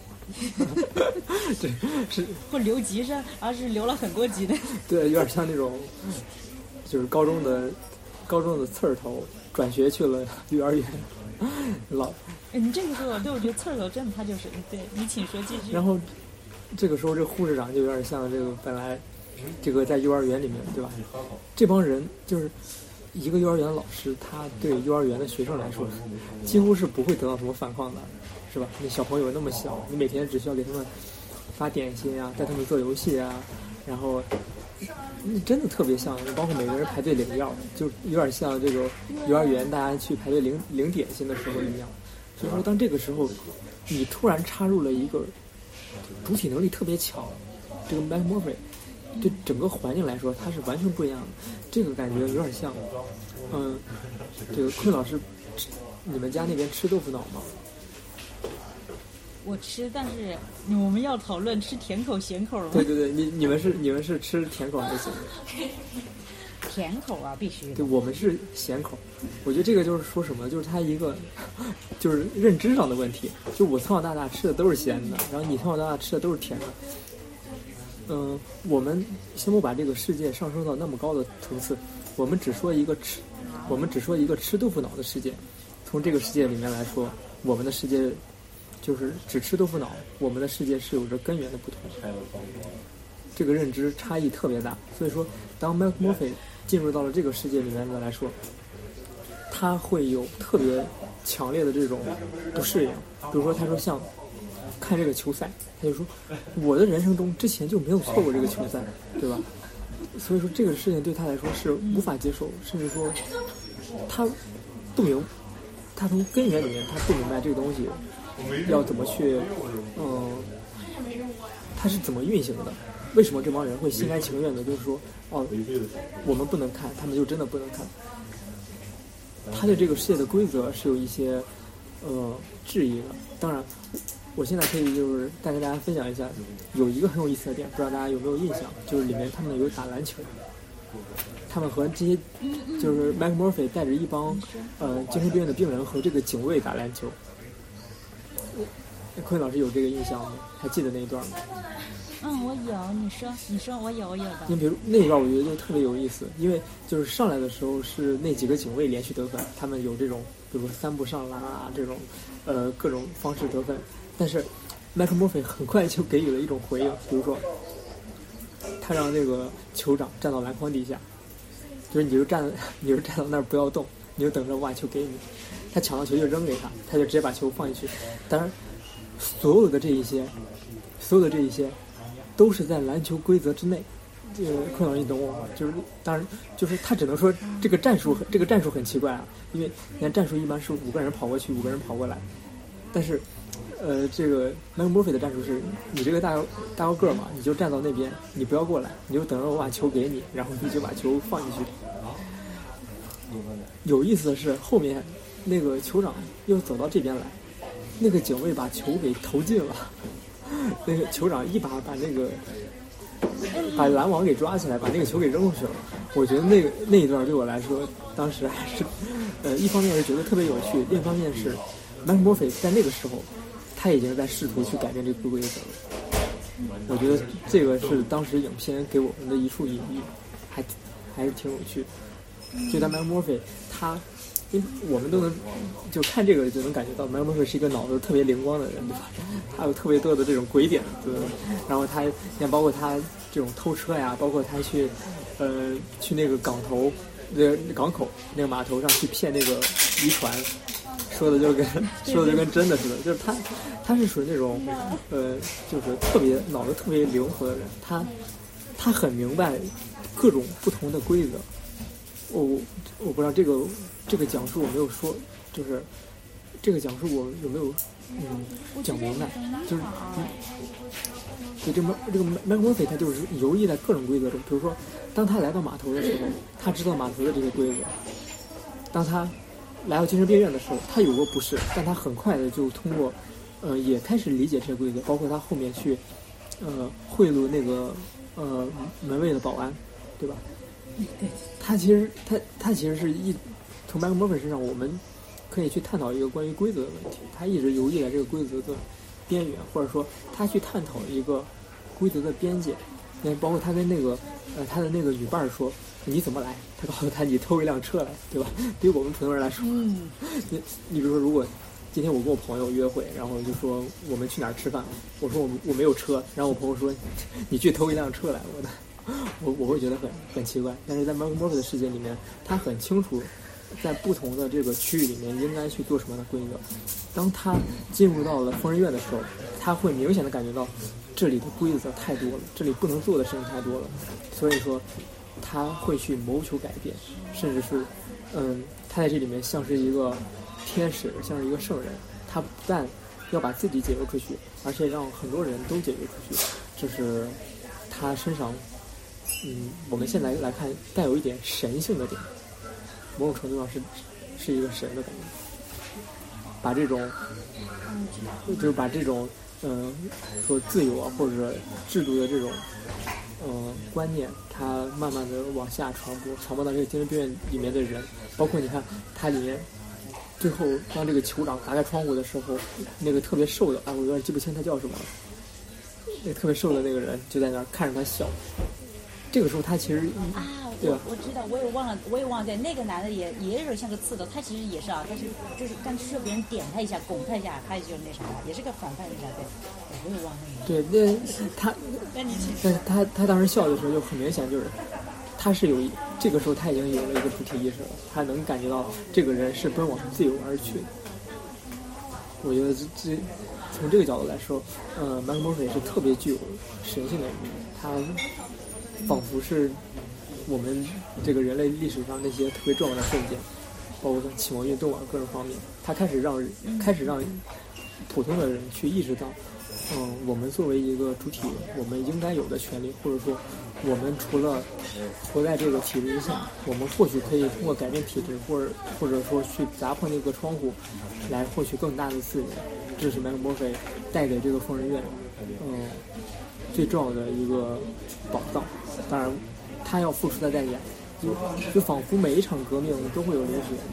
对，是不留级生，而是留了很多级的。 对，有点像那种，就是高中的刺儿头转学去了幼儿园。 你这个说，对，我觉得刺儿头真的他就是对你请说继续。 然后这个时候这护士长就有点像这个本来这个在幼儿园里面，对吧？这帮人就是一个幼儿园的老师，他对幼儿园的学生来说几乎是不会得到什么反抗的，是吧？那小朋友那么小，你每天只需要给他们发点心啊，带他们做游戏啊，然后真的特别像，包括每个人排队领药，就有点像这个幼儿园大家去排队领点心的时候一样。所以说当这个时候你突然插入了一个主体能力特别强这个 Mac Murphy， 对整个环境来说它是完全不一样的。这个感觉有点像这个坤老师，你们家那边吃豆腐脑吗？ 我吃，但是我们要讨论吃甜口咸口吗？ 对对对，你们是吃甜口还是咸口？ 甜口啊，必须的。 对，我们是咸口。我觉得这个就是说什么，就是他一个就是认知上的问题。就我从小到大吃的都是咸的，然后你从小到大吃的都是甜的。我们先不把这个世界上升到那么高的层次，我们只说一个吃豆腐脑的世界。从这个世界里面来说，我们的世界就是只吃豆腐脑，我们的世界是有着根源的不同，这个认知差异特别大。所以说当 Mac Murphy 进入到了这个世界里面的来说，他会有特别强烈的这种不适应。比如说他说像看这个球赛，他就说我的人生中之前就没有错过这个球赛，对吧？所以说这个事情对他来说是无法接受，甚至说他不明，他从根源里面他不明白这个东西要怎么去，它是怎么运行的？为什么这帮人会心甘情愿的，就是说，哦，我们不能看，他们就真的不能看？他对这个世界的规则是有一些质疑的。当然，我现在可以就是再跟大家分享一下，有一个很有意思的点，不知道大家有没有印象，就是里面他们有打篮球，他们和这些就是 Mike Murphy 带着一帮精神病院的病人和这个警卫打篮球。坤老师有这个印象吗？还记得那一段吗？ 我有，你说我有的。 你比如那一段，我觉得就特别有意思，因为就是上来的时候是那几个警卫连续得分，他们有这种比如说3步上篮啊这种各种方式得分，但是 Mike Murphy 很快就给予了一种回应，比如说他让那个酋长站到篮筐底下，就是你就站到那儿不要动，你就等着我把球给你，他抢到球就扔给他，他就直接把球放进去。当然所有的这一些都是在篮球规则之内。这个坤老师你懂我吗？就是当然就是他只能说这个战术很奇怪啊，因为你看战术一般是5个人跑过去，5个人跑过来，但是这个 Mike Murphy 的战术是你这个大高个嘛，你就站到那边，你不要过来，你就等着我把球给你，然后你就把球放进去。有意思的是后面那个酋长又走到这边来，那个警卫把球给投进了，那个酋长一把把篮网给抓起来，把那个球给扔过去了。我觉得那一段对我来说，当时还是一方面是觉得特别有趣，另一方面是 Mike Murphy 在那个时候他已经在试图去改变这个规则了。我觉得这个是当时影片给我们的一处隐喻，还是挺有趣的。就在 Mike Murphy 他，因为我们都能就看这个就能感觉到 Mike Murphy 是一个脑子特别灵光的人，对吧？他有特别多的这种鬼点子，然后他像包括他这种偷车呀，包括他去那个港口那个码头上去骗那个渔船，说的就跟真的似的。就是他是属于那种就是特别脑子特别灵活的人，他很明白各种不同的规则。我不知道这个讲述我没有说，就是这个讲述我有没有讲明白？就是这个 Mike Murphy 他就是游弋在各种规则中。比如说，当他来到码头的时候，他知道码头的这些规则；当他来到精神病院的时候，他有过不适，但他很快的就通过也开始理解这些规则，包括他后面去贿赂那个门卫的保安，对吧？他其实是从 Mike Murphy 身上，我们可以去探讨一个关于规则的问题。他一直游弋在这个规则的边缘，或者说他去探讨一个规则的边界。包括他跟那个他的那个女伴说你怎么来，他告诉他你偷一辆车来，对吧？对于我们普通人来说，你比如说如果今天我跟我朋友约会，然后就说我们去哪儿吃饭，我说我没有车，然后我朋友说你去偷一辆车来，我会觉得很奇怪。但是在 Mike Murphy 的世界里面，他很清楚在不同的这个区域里面应该去做什么的规则。当他进入到了疯人院的时候，他会明显的感觉到这里的规则太多了，这里不能做的事情太多了，所以说他会去谋求改变，甚至是他在这里面像是一个天使，像是一个圣人。他不但要把自己解救出去，而且让很多人都解救出去。这是他身上我们现在来看带有一点神性的点，某种程度上是一个神的感觉。把这种说自由啊或者制度的这种观念，它慢慢的往下传播到这个精神病院里面的人。包括你看它里面最后当这个酋长打开窗户的时候，那个特别瘦的我有点记不清他叫什么了，那个特别瘦的那个人就在那儿看着他笑。这个时候他其实对吧？ 我知道，我也忘了，对，那个男的也有点像个刺头，他其实也是他是就是刚需要别人点他一下，拱他一下，他就那啥了，也是个反派一下，对，我也忘了那个。 对，他当时笑的时候就很明显，就是他是这个时候他已经有了一个主体意识了，他能感觉到这个人是奔往自由而去的。我觉得这从这个角度来说，Mike Murphy 是特别具有神性的人物，他仿佛是我们这个人类历史上那些特别重要的瞬间，包括像启蒙运动啊各种方面，他开始让普通的人去意识到，我们作为一个主体，我们应该有的权利，或者说我们除了活在这个体制之下，我们或许可以通过改变体制，或者说去砸破那个窗户，来获取更大的自由。这是麦克墨菲带给这个疯人院，最重要的一个宝藏。当然，他要付出的代价，就仿佛每一场革命都会有流血，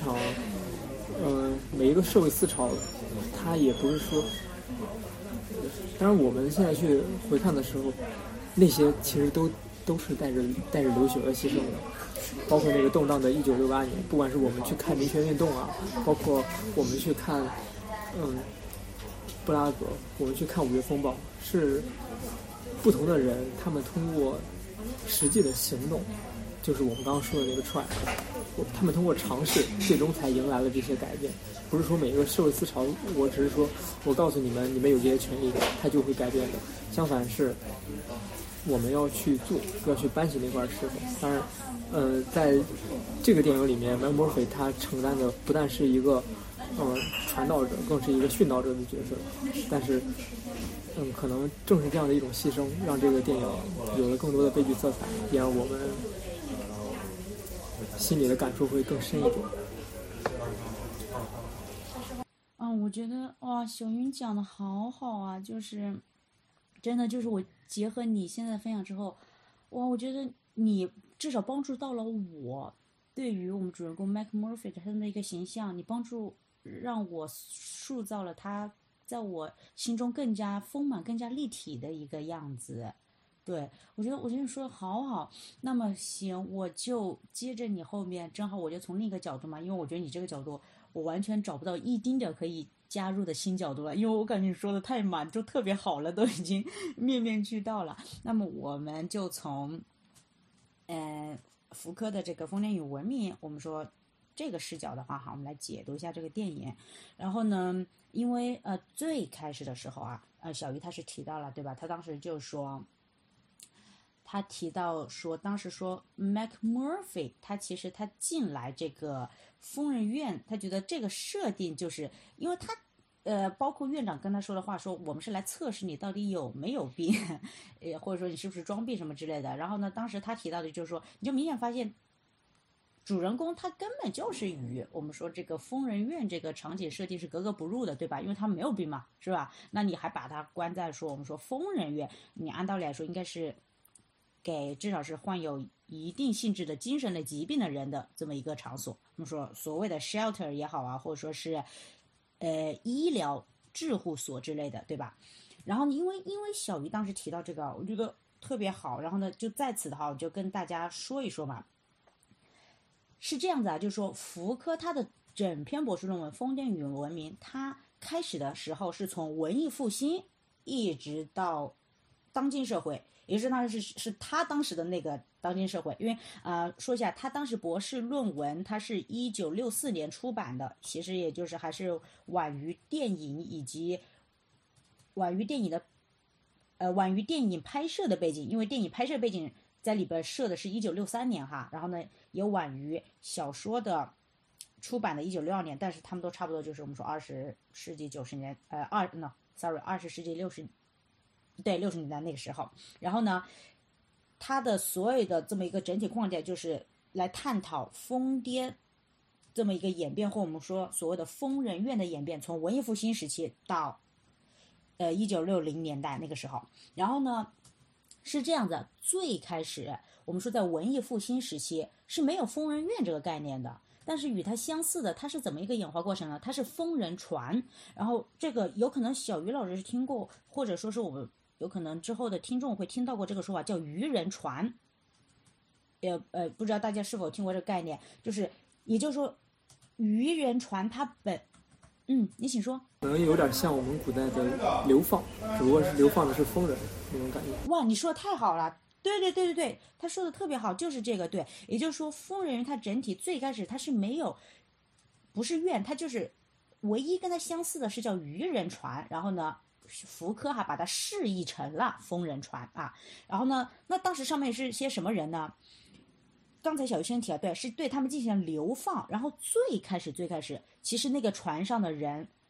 每一个社会思潮，它也不是说。当然，我们现在去回看的时候，那些其实都是带着流血而牺牲的，包括那个动荡的1968年，不管是我们去看民权运动啊，包括我们去看布拉格，我们去看5月风暴，是不同的人，他们通过实际的行动，就是我们刚刚说的那个 try， 他们通过尝试，最终才迎来了这些改变。不是说每一个社会思潮，我只是说我告诉你们，你们有这些权利，它就会改变的。相反是，我们要去做，要去搬起那块石头。当然，在这个电影里面，麦克墨菲他承担的不但是一个传道者，更是一个殉道者的角色。但是，可能正是这样的一种牺牲，让这个电影有了更多的悲剧色彩，也让我们心里的感受会更深一点。 我觉得哇，小云讲的好好啊，就是真的，就是我结合你现在分享之后，哇，我觉得你至少帮助到了我，对于我们主人公 Mac Murphy 他的一个形象，你帮助让我塑造了他在我心中更加丰满、更加立体的一个样子。对，我觉得你说的好好。那么行，我就接着你后面，正好我就从另一个角度嘛，因为我觉得你这个角度我完全找不到一丁点可以加入的新角度了，因为我感觉你说的太满，就特别好了，都已经面面俱到了。那么我们就从福柯的这个《疯癫与文明》，我们说这个视角的话，我们来解读一下这个电影。然后呢，因为最开始的时候啊，小鱼他是提到了，对吧？他当时就说。他提到说，当时说 Mac Murphy 他其实他进来这个疯人院，他觉得这个设定就是因为他包括院长跟他说的话，说我们是来测试你到底有没有病，或者说你是不是装病什么之类的。然后呢，当时他提到的就是说，你就明显发现主人公他根本就是与我们说这个疯人院这个场景设定是格格不入的，对吧？因为他没有病嘛，是吧？那你还把他关在说我们说疯人院，你按道理来说应该是给至少是患有一定性质的精神类疾病的人的这么一个场所。我们说所谓的 shelter 也好啊，或者说是医疗治护所之类的，对吧？然后因为小鱼当时提到这个，我觉得特别好。然后呢，就在此的话，我就跟大家说一说嘛。是这样子啊，就是说福柯他的整篇博士论文《疯癫与文明》，他开始的时候是从文艺复兴一直到当今社会。也是当时是他当时的那个当今社会，因为说一下，他当时博士论文他是1964年出版的，其实也就是还是晚于电影以及晚于电影拍摄的背景，因为电影拍摄背景在里边设的是1963年哈，然后呢也晚于小说的出版的1962年，但是他们都差不多就是我们说20世纪90年20世纪60年代那个时候。然后呢，它的所有的这么一个整体框架就是来探讨疯癫这么一个演变，或我们说所谓的疯人院的演变，从文艺复兴时期到1960年代那个时候。然后呢是这样子，最开始我们说在文艺复兴时期是没有疯人院这个概念的，但是与它相似的，它是怎么一个演化过程呢？它是疯人船。然后这个有可能小鱼老师是听过，或者说是我们有可能之后的听众会听到过这个说法，叫渔人船。不知道大家是否听过这个概念，就是也就是说渔人船它你请说。 可能有点像我们古代的流放，只不过是流放的是疯人那种感觉。 哇，你说的太好了。对，他说的特别好，就是这个。对，也就是说疯人院它整体最开始它是没有，不是院，它就是唯一跟它相似的是叫渔人船。然后呢福柯还把它释义成了疯人船啊。然后呢，那当时上面是些什么人呢？刚才小鱼先提了，对，是对他们进行了流放。然后最开始，其实那个船上的人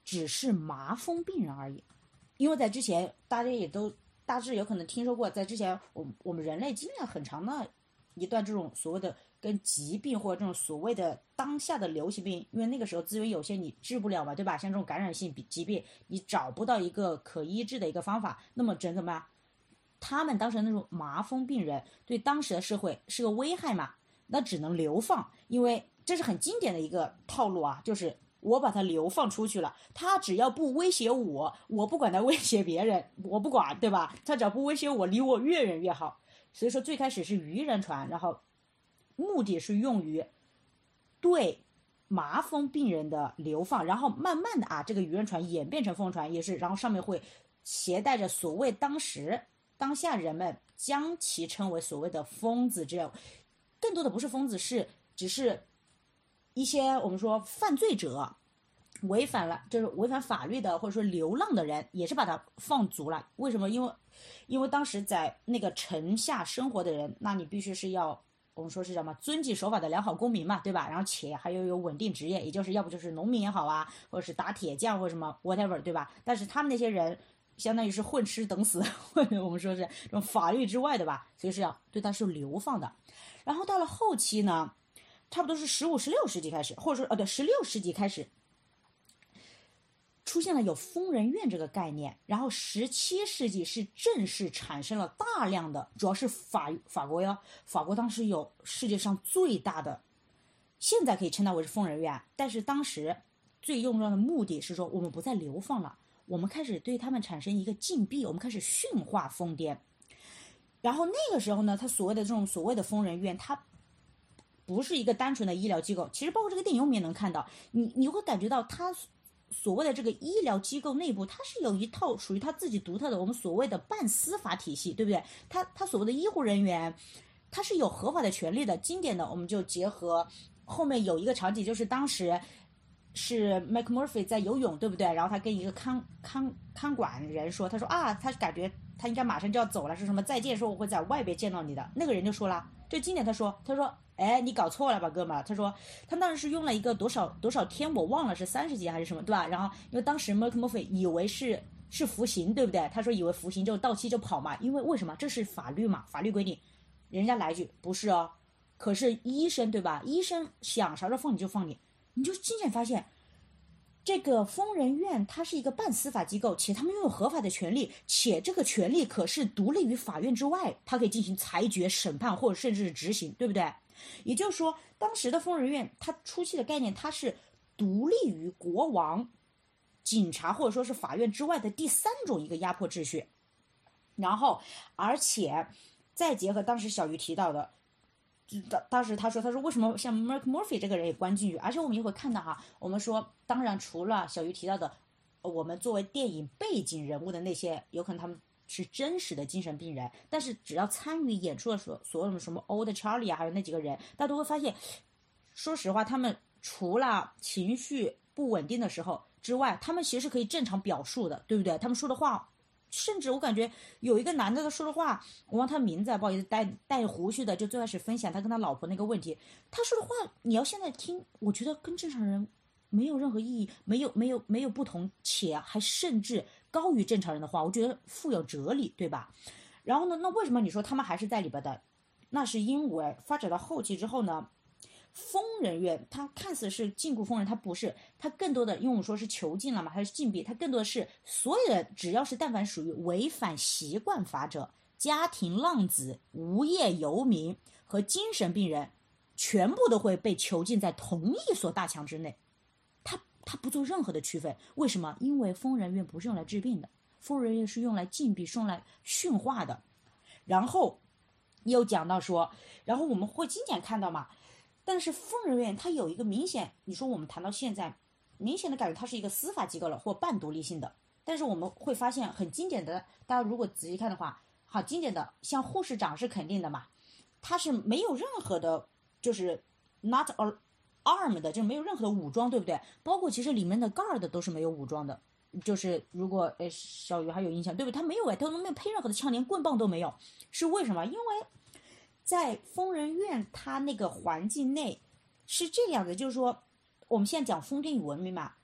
只是麻风病人而已。因为在之前大家也都大致有可能听说过，在之前我们人类经历了很长的一段这种所谓的跟疾病或者这种所谓的当下的流行病，因为那个时候资源有限，你治不了嘛，对吧？像这种感染性疾病，你找不到一个可医治的一个方法，那么只能怎么样？他们当时那种麻风病人对当时的社会是个危害嘛，那只能流放，因为这是很经典的一个套路啊，就是我把他流放出去了，他只要不威胁我，我不管他威胁别人，我不管，对吧？他只要不威胁我，离我越远越好。所以说最开始是渔人船，然后目的是用于对麻风病人的流放，然后慢慢的这个渔人船演变成风船，也是，然后上面会携带着所谓当下人们将其称为所谓的疯子，这样更多的不是疯子，只是一些我们说犯罪者违反法律的，或者说流浪的人，也是把它放逐了。为什么？因为当时在那个城下生活的人，那你必须是要我们说是什么遵纪守法的良好公民嘛，对吧？然后且还有稳定职业，也就是要不就是农民也好啊，或者是打铁匠或者什么 whatever， 对吧？但是他们那些人相当于是混吃等死，或者我们说是这种法律之外的吧，所以是要对他是流放的。然后到了后期呢，差不多是15、16世纪开始，或者说16世纪开始，出现了有疯人院这个概念，然后17世纪是正式产生了大量的，主要是法国哟，法国当时有世界上最大的，现在可以称它为是疯人院，但是当时最重要的目的是说，我们不再流放了，我们开始对他们产生一个禁闭，我们开始驯化疯癫。然后那个时候呢，他所谓的这种所谓的疯人院，它不是一个单纯的医疗机构，其实包括这个电影我们也能看到，你会感觉到它所谓的这个医疗机构内部，它是有一套属于它自己独特的我们所谓的半司法体系，对不对？它所谓的医护人员，它是有合法的权利的。经典的我们就结合后面有一个场景，就是当时是 McMurphy 在游泳，对不对？然后他跟一个看管人说，他说他感觉他应该马上就要走了，说什么再见，说我会在外边见到你的。那个人就说了，这经典，他说你搞错了吧，哥们儿？他说他当时是用了一个多少天，我忘了是30几还是什么，对吧？然后因为当时 McMurphy 以为是服刑，对不对？他说以为服刑就到期就跑嘛，因为什么？这是法律嘛，法律规定。人家来一句不是哦，可是医生对吧？医生想啥时候放你就放你，你就渐渐发现。这个疯人院它是一个半司法机构，且他们拥有合法的权利，且这个权利可是独立于法院之外，它可以进行裁决、审判或者甚至是执行，对不对？也就是说，当时的疯人院它初期的概念，它是独立于国王、警察或者说是法院之外的第三种一个压迫秩序。然后，而且再结合当时小鱼提到的。当时他说为什么像 McMurphy 这个人也关进去？而且我们也会看到我们说当然除了小鱼提到的，我们作为电影背景人物的那些，有可能他们是真实的精神病人，但是只要参与演出的所有的什么 Old Charlie 还有那几个人，大家都会发现，说实话，他们除了情绪不稳定的时候之外，他们其实是可以正常表述的，对不对？他们说的话。甚至我感觉有一个男的他说的话，我忘他名字，不好意思，带胡须的，就最开始分享他跟他老婆那个问题，他说的话你要现在听，我觉得跟正常人没有任何意义，没有不同，且还甚至高于正常人的话，我觉得富有哲理，对吧？然后呢，那为什么你说他们还是在里边的？那是因为发展到后期之后呢，疯人院它看似是禁锢疯人，它不是，它更多的因为我们说是囚禁了嘛，它是禁闭，它更多的是所有的只要是但凡属于违反习惯法者、家庭浪子、无业游民和精神病人，全部都会被囚禁在同一所大墙之内。它不做任何的区分。为什么？因为疯人院不是用来治病的，疯人院是用来禁闭、是用来驯化的。然后又讲到说，然后我们会经常看到嘛。但是疯人院它有一个明显，你说我们谈到现在，明显的感觉它是一个司法机构了，或半独立性的。但是我们会发现很经典的，大家如果仔细看的话，好经典的，像护士长是肯定的嘛，他是没有任何的，就是 not armed 的，就没有任何的武装，对不对？包括其实里面的 guard 都是没有武装的，就是如果小鱼还有印象，对不对？他没有他都没有配任何的枪，连棍棒都没有，是为什么？因为在疯人院它那个环境内是这样的，就是说我们现在讲疯癫与文明嘛，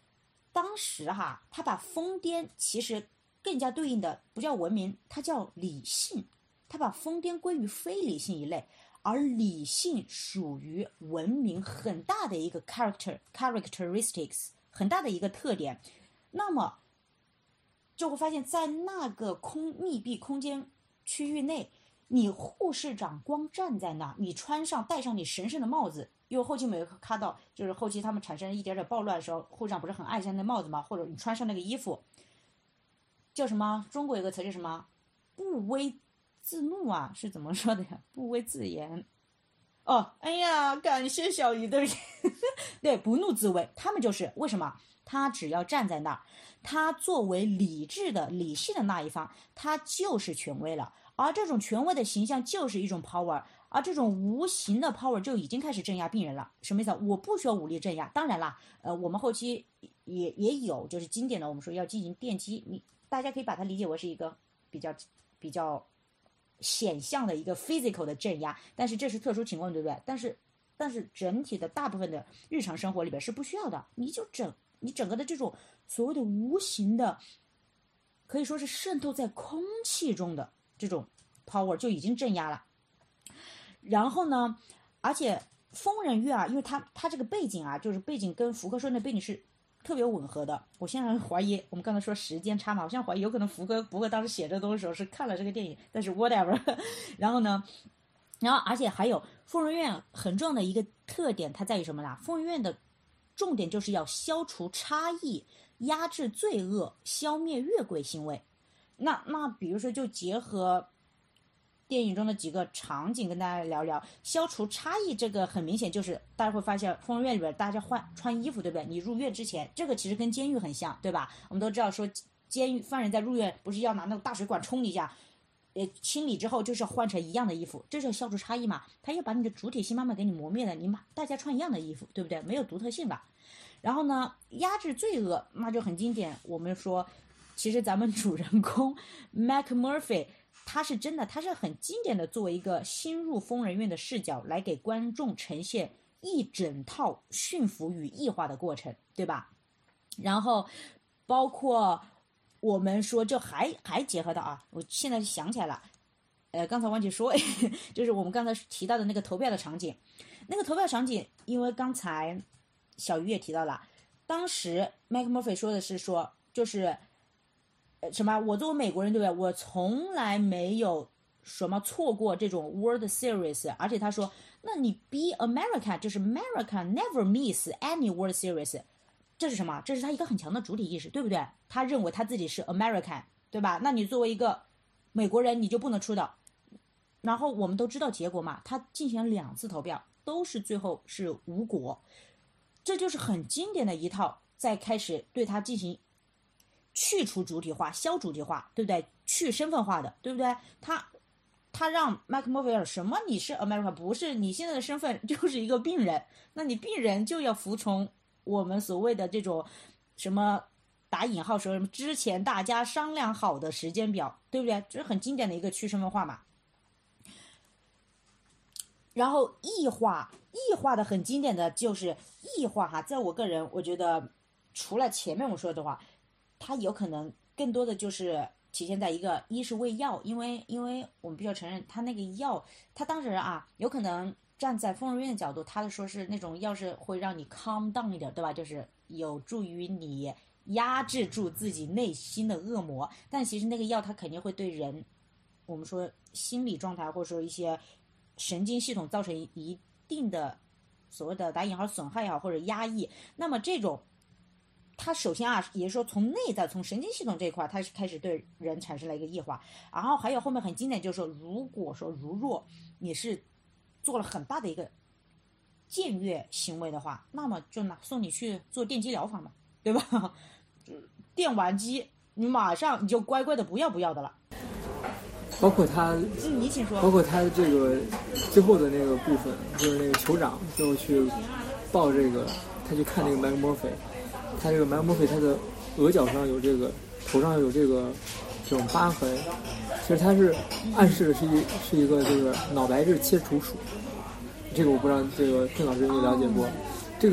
当时他把疯癫其实更加对应的不叫文明，它叫理性，他把疯癫归于非理性一类，而理性属于文明很大的一个 characteristics， 很大的一个特点。那么就会发现在那个密闭空间区域内，你护士长光站在那，你戴上你神圣的帽子，因为后期没有看到，就是后期他们产生一点点暴乱的时候，护士长不是很爱上那帽子吗？或者你穿上那个衣服，叫什么？中国有个词是什么？不危自怒啊，是怎么说的呀？不危自严。哦，哎呀，感谢小鱼的对，不怒自威。他们就是为什么？他只要站在那儿，他作为理智的、理性的那一方，他就是权威了。而这种权威的形象就是一种 power， 而这种无形的 power 就已经开始镇压病人了。什么意思？我不需要武力镇压。当然啦，我们后期也有就是经典的，我们说要进行电击，大家可以把它理解为是一个比较显象的一个 physical 的镇压，但是这是特殊情况，对不对？但是整体的大部分的日常生活里边是不需要的，你整个的这种所谓的无形的，可以说是渗透在空气中的这种 power 就已经镇压了。然后呢，而且疯人院因为它这个背景就是背景跟福柯说的背景是特别吻合的。我现在怀疑，我们刚才说时间差嘛，我现在怀疑有可能福柯当时写这东西的时候是看了这个电影，但是 whatever 然后而且还有疯人院很重要的一个特点，它在于什么呢？疯人院的重点就是要消除差异，压制罪恶，消灭越轨行为。那比如说就结合电影中的几个场景跟大家聊聊消除差异。这个很明显就是大家会发现疯人院里边大家穿衣服，对不对？你入院之前，这个其实跟监狱很像，对吧？我们都知道说监狱犯人在入院不是要拿那个大水管冲一下，清理之后就是要换成一样的衣服，这是消除差异嘛？他要把你的主体性慢慢给你磨灭的，大家穿一样的衣服，对不对？没有独特性吧？然后呢，压制罪恶，那就很经典。我们说其实咱们主人公 McMurphy他是很经典的作为一个新入疯人院的视角来给观众呈现一整套驯服与异化的过程，对吧？然后包括我们说就还结合到我现在想起来了，刚才忘记说就是我们刚才提到的那个投票的场景。那个投票场景因为刚才小鱼也提到了，当时 McMurphy 说的是说就是什么？我作为美国人，对不对？我从来没有什么错过这种 World Series， 而且他说，那你 Be America 就是 America never miss any World Series， 这是什么？这是他一个很强的主体意识，对不对？他认为他自己是 American， 对吧？那你作为一个美国人，你就不能出的。然后我们都知道结果嘛，他进行2次投票，都是最后是无果，这就是很经典的一套，再开始对他进行去除主体化、消主体化，对不对？去身份化的，对不对？他让 McMurphy 什么？你是 America， 不是，你现在的身份就是一个病人，那你病人就要服从我们所谓的这种什么打引号说什么之前大家商量好的时间表，对不对？这是很经典的一个去身份化嘛。然后异化的很经典的就是异化在我个人我觉得除了前面我说的话，它有可能更多的就是体现在一是喂药，因为我们必须要承认他那个药，他当时有可能站在疯人院的角度，他说是那种药是会让你 calm down 一点，对吧？就是有助于你压制住自己内心的恶魔，但其实那个药它肯定会对人我们说心理状态或者说一些神经系统造成一定的所谓的打引号损害也好或者压抑。那么这种它首先也就是说从内在从神经系统这一块它是开始对人产生了一个异化。然后还有后面很经典就是说，如果说如若你是做了很大的一个僭越行为的话，那么就送你去做电击疗法嘛，对吧？电完击你马上你就乖乖的不要的了。 包括他， 你请说。 包括他这个最后的那个部分，就是那个酋长最后去抱这个，他去看那个 McMurphy， 他这个 McMurphy 他的额角上有这个，头上有这种疤痕，其实他是暗示的是一个这个脑白质切除术。这个我不知道这个郑老师有没有了解过。这个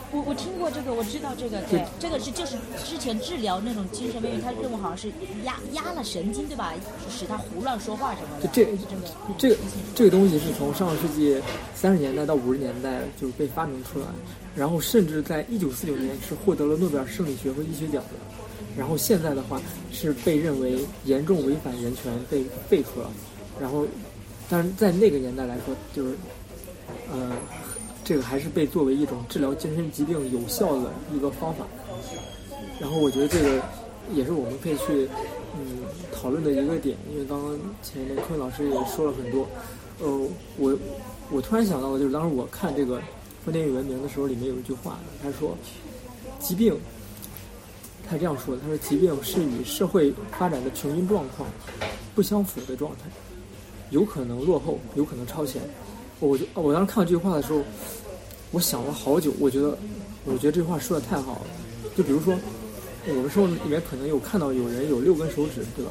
我听过这个，我知道这个，对，这个就是之前治疗那种精神病，他认为好像是压了神经，对吧？使他胡乱说话什么的。 这个东西是从上个世纪30年代到50年代就是被发明出来，然后甚至在1949年是获得了诺贝尔生理学和医学奖的，然后现在的话是被认为严重违反人权被废除了，然后，但是在那个年代来说，就是这个还是被作为一种治疗精神疾病有效的一个方法。然后我觉得这个也是我们可以去讨论的一个点，因为刚刚前面坤老师也说了很多。我突然想到的就是当时我看这个《封建与文明》的时候，里面有一句话，他说疾病，他这样说，他说疾病是与社会发展的平均状况不相符的状态，有可能落后，有可能超前。我当时看到这句话的时候，我想了好久，我觉得这句话说的太好了。就比如说，我们生活里面可能有看到有人有6根手指，对吧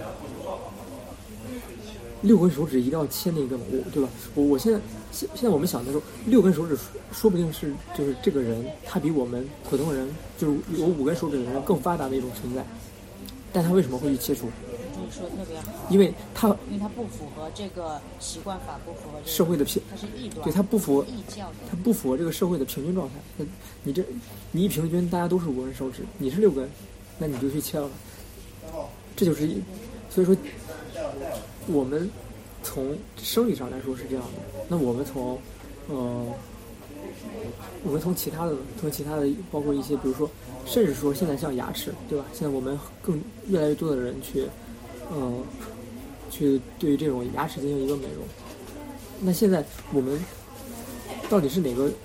？6根手指一定要切那个嘛，对吧？我现在我们想的时候，6根手指说不定是就是这个人他比我们普通人就是有5根手指的人更发达的一种存在，但他为什么会去切除？ 你说的特别好， 因为他不符合这个习惯法，不符合这个社会的它是异端， 对，它不符合异教的， 它不符合这个社会的平均状态。你一平均大家都是5根手指，你是6根，那你就去切了，这就是所以说我们从生理上来说是这样的。那我们从其他的包括一些，比如说，甚至说现在像牙齿，对吧？现在我们越来越多的人去对于这种牙齿进行一个美容。那现在我们到底是哪个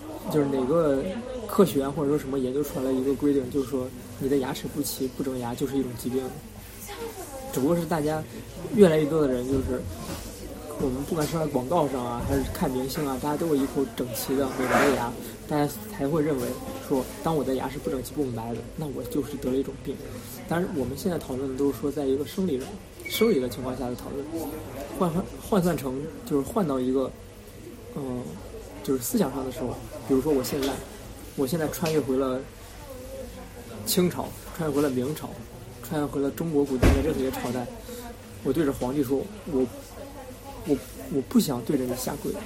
科学院或者说什么研究出来的一个规定，就是说你的牙齿不齐不整牙就是一种疾病？只不过是大家越来越多的人，就是我们不管是在广告上啊，还是看明星啊，大家都有一口整齐的美白的牙，大家才会认为说，当我的牙是不整齐不美白的，那我就是得了一种病。当然，我们现在讨论的都是说，在一个生理的情况下的讨论，换算成就是换到一个就是思想上的时候，比如说我现在穿越回了清朝，穿越回了明朝，穿越回了中国古代的任何一个朝代，我对着皇帝说，我不想对着你下跪，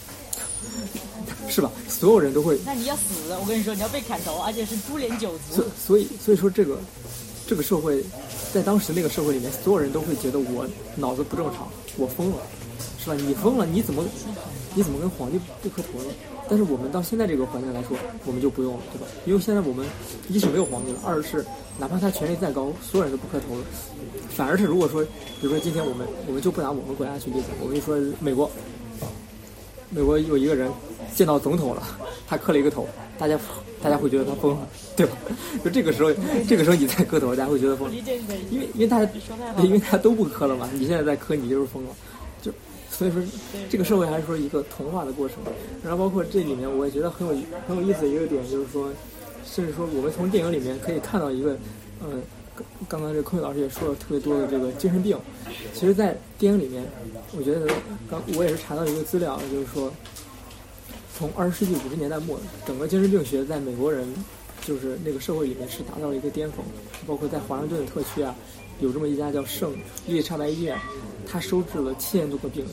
是吧？所有人都会。 那你要死，我跟你说，你要被砍头，而且是株连九族。 所以说这个社会，在当时那个社会里面，所有人都会觉得我脑子不正常，我疯了，是吧？你疯了，你怎么跟皇帝不磕头呢？但是我们到现在这个环境来说，我们就不用了，对吧？因为现在我们一是没有皇帝了，二是哪怕他权力再高，所有人都不磕头了。反而是如果说，比如说今天我们就不拿我们国家举例子，我们就说美国有一个人见到总统了，他磕了一个头，大家会觉得他疯了，对吧？就这个时候你再磕头，大家会觉得疯了，因为大家都不磕了嘛，你现在在磕，你就是疯了，所以说这个社会还是说一个同化的过程。然后包括这里面我也觉得很有意思的一个点，就是说，甚至说我们从电影里面可以看到一个刚刚这空宇老师也说了特别多的这个精神病。其实在电影里面，我觉得我也是查到一个资料，就是说从20世纪50年代末，整个精神病学在美国人就是那个社会里面是达到了一个巅峰，包括在华盛顿特区啊，有这么一家叫圣伊丽莎白医院，他收治了7000多个病人。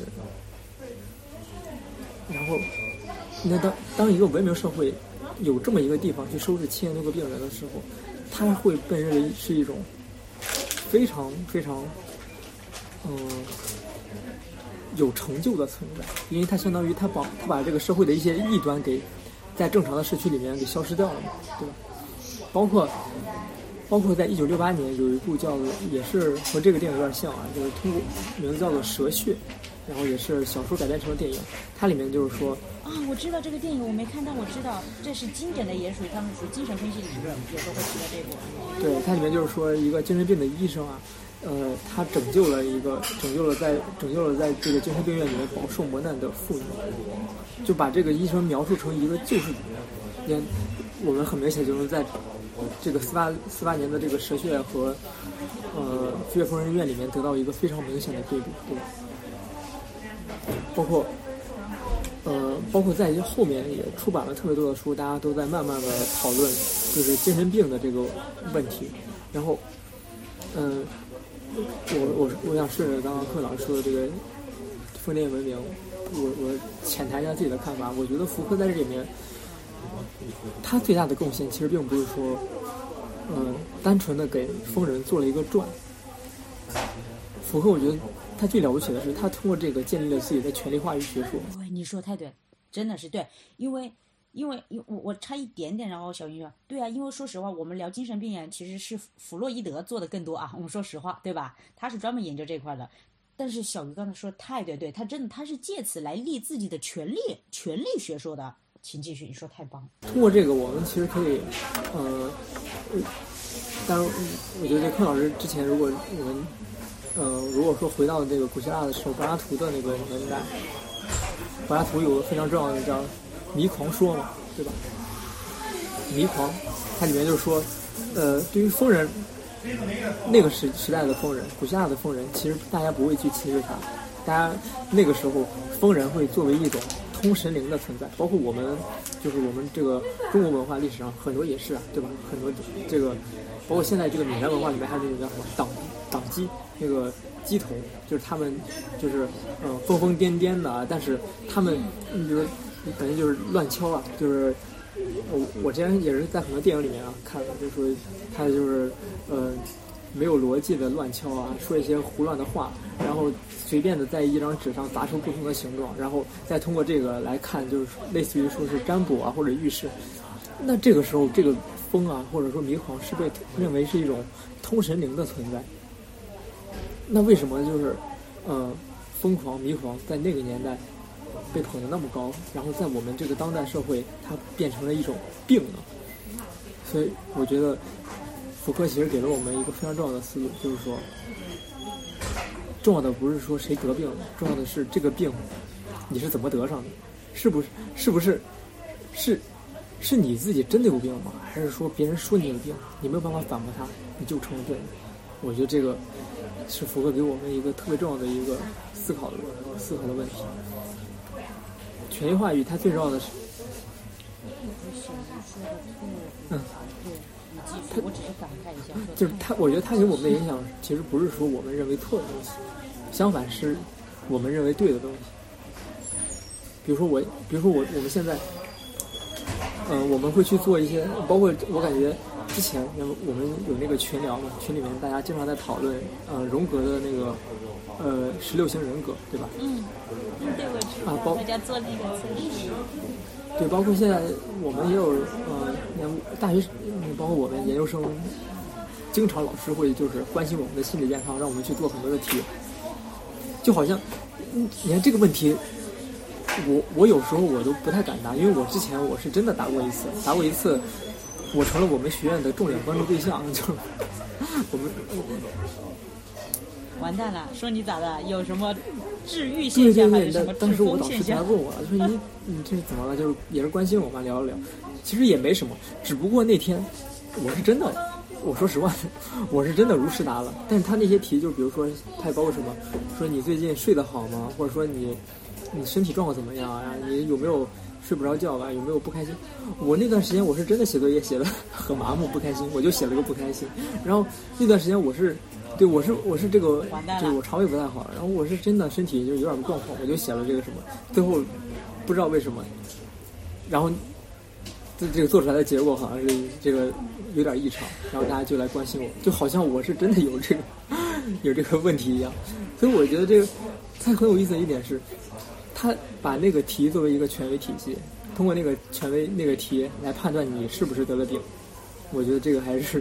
然后那当一个文明社会有这么一个地方去收治7000多个病人的时候，他会被认为是一种非常非常有成就的存在，因为他相当于他把这个社会的一些异端给在正常的社区里面给消失掉了嘛，对吧？包括在1968年有一部叫做，也是和这个电影有点像啊，就是通过名字叫做《蛇血》，然后也是小说改编成了电影。它里面就是说我知道这个电影，我没看，但我知道这是经典的，也属于他们属于精神分析理论，有时候会提到这部。 对，它里面就是说一个精神病的医生啊，他拯救了在这个精神病院里面饱受磨难的妇女，就把这个医生描述成一个救世主。我们很明显就能在这个48年的这个蛇血和飞越疯人院里面得到一个非常明显的对比，对吧？包括包括在后面也出版了特别多的书，大家都在慢慢的讨论就是精神病的这个问题。然后，我想顺着刚刚柯老师说的这个封建文明，我浅谈一下自己的看法。我觉得福柯在这里面，他最大的贡献其实并不是说，单纯的给疯人做了一个传。福柯我觉得他最了不起的是，他通过这个建立了自己的权力话语学说。 你说太对，真的是对，因为我差一点点，然后小云说，对啊，因为说实话，我们聊精神病人其实是弗洛伊德做的更多啊，我们说实话，对吧？他是专门研究这块的。但是小鱼刚才说太对，他是借此来立自己的权力学说的。请继续，你说太棒了。 通过这个，我们其实可以，当然，我觉得柯老师之前，如果我们，如果说回到这个古希腊的时候，柏拉图的那个年代，柏拉图有个非常重要的叫迷狂说嘛，对吧？迷狂，它里面就是说，对于疯人，那个时代的疯人，古希腊的疯人，其实大家不会去歧视他，大家那个时候疯人会作为一种通神灵的存在，包括我们，就是我们这个中国文化历史上很多也是啊，对吧？很多这个，包括现在这个闽南文化里面还有那个叫什么党鸡，那个鸡头，就是他们就是疯疯癫癫的啊，但是他们比如感觉就是乱敲啊，就是我之前也是在很多电影里面啊看的，就说他就是没有逻辑的乱敲啊，说一些胡乱的话，然后随便的在一张纸上砸出不同的形状，然后再通过这个来看，就是类似于说是占卜啊或者预示。那这个时候这个疯啊或者说迷狂是被认为是一种通神灵的存在。那为什么就是疯狂迷狂在那个年代被捧得那么高，然后在我们这个当代社会它变成了一种病呢？所以我觉得福柯其实给了我们一个非常重要的思路，就是说重要的不是说谁得病，重要的是这个病你是怎么得上的，是不是你自己真的有病吗？还是说别人说你有病，你没有办法反驳他，你就成了病人？我觉得这个是福柯给我们一个特别重要的一个思考的问题。权威话语它最重要的是， 我只是感慨一下， 就是他，我觉得他给我们的影响其实不是说我们认为错的东西，相反是我们认为对的东西。比如说我们现在，我们会去做一些，包括我感觉之前我们有那个群聊嘛，群里面大家经常在讨论荣格的那个16型人格，对吧？ 对，我知道大家做那个测试。 对，包括现在我们也有大学，包括我们研究生，经常老师会就是关心我们的心理健康，让我们去做很多的题。就好像你看这个问题，我有时候我都不太敢答，因为我之前我是真的答过一次，我成了我们学院的重点关注对象，就我们完蛋了，说你咋的？有什么治愈现象还是什么当时我导师治风现象？ 还问我了，说你这是怎么了？就是也是关心我嘛，聊一聊。其实也没什么，只不过那天我是真的，我说实话，我是真的如实答了。但是他那些题，就比如说他也包括什么，说你最近睡得好吗？或者说你身体状况怎么样啊？你有没有睡不着觉啊？有没有不开心？我那段时间我是真的写作业写得很麻木，不开心，我就写了个不开心。然后那段时间我是这个我肠胃不太好，然后我是真的身体就有点状况，我就写了这个什么，最后不知道为什么，然后这个做出来的结果好像是这个有点异常，然后大家就来关心我，就好像我是真的有这个问题一样。所以我觉得这个它很有意思的一点是，他把那个题作为一个权威体系，通过那个权威那个题来判断你是不是得了病。我觉得这个还是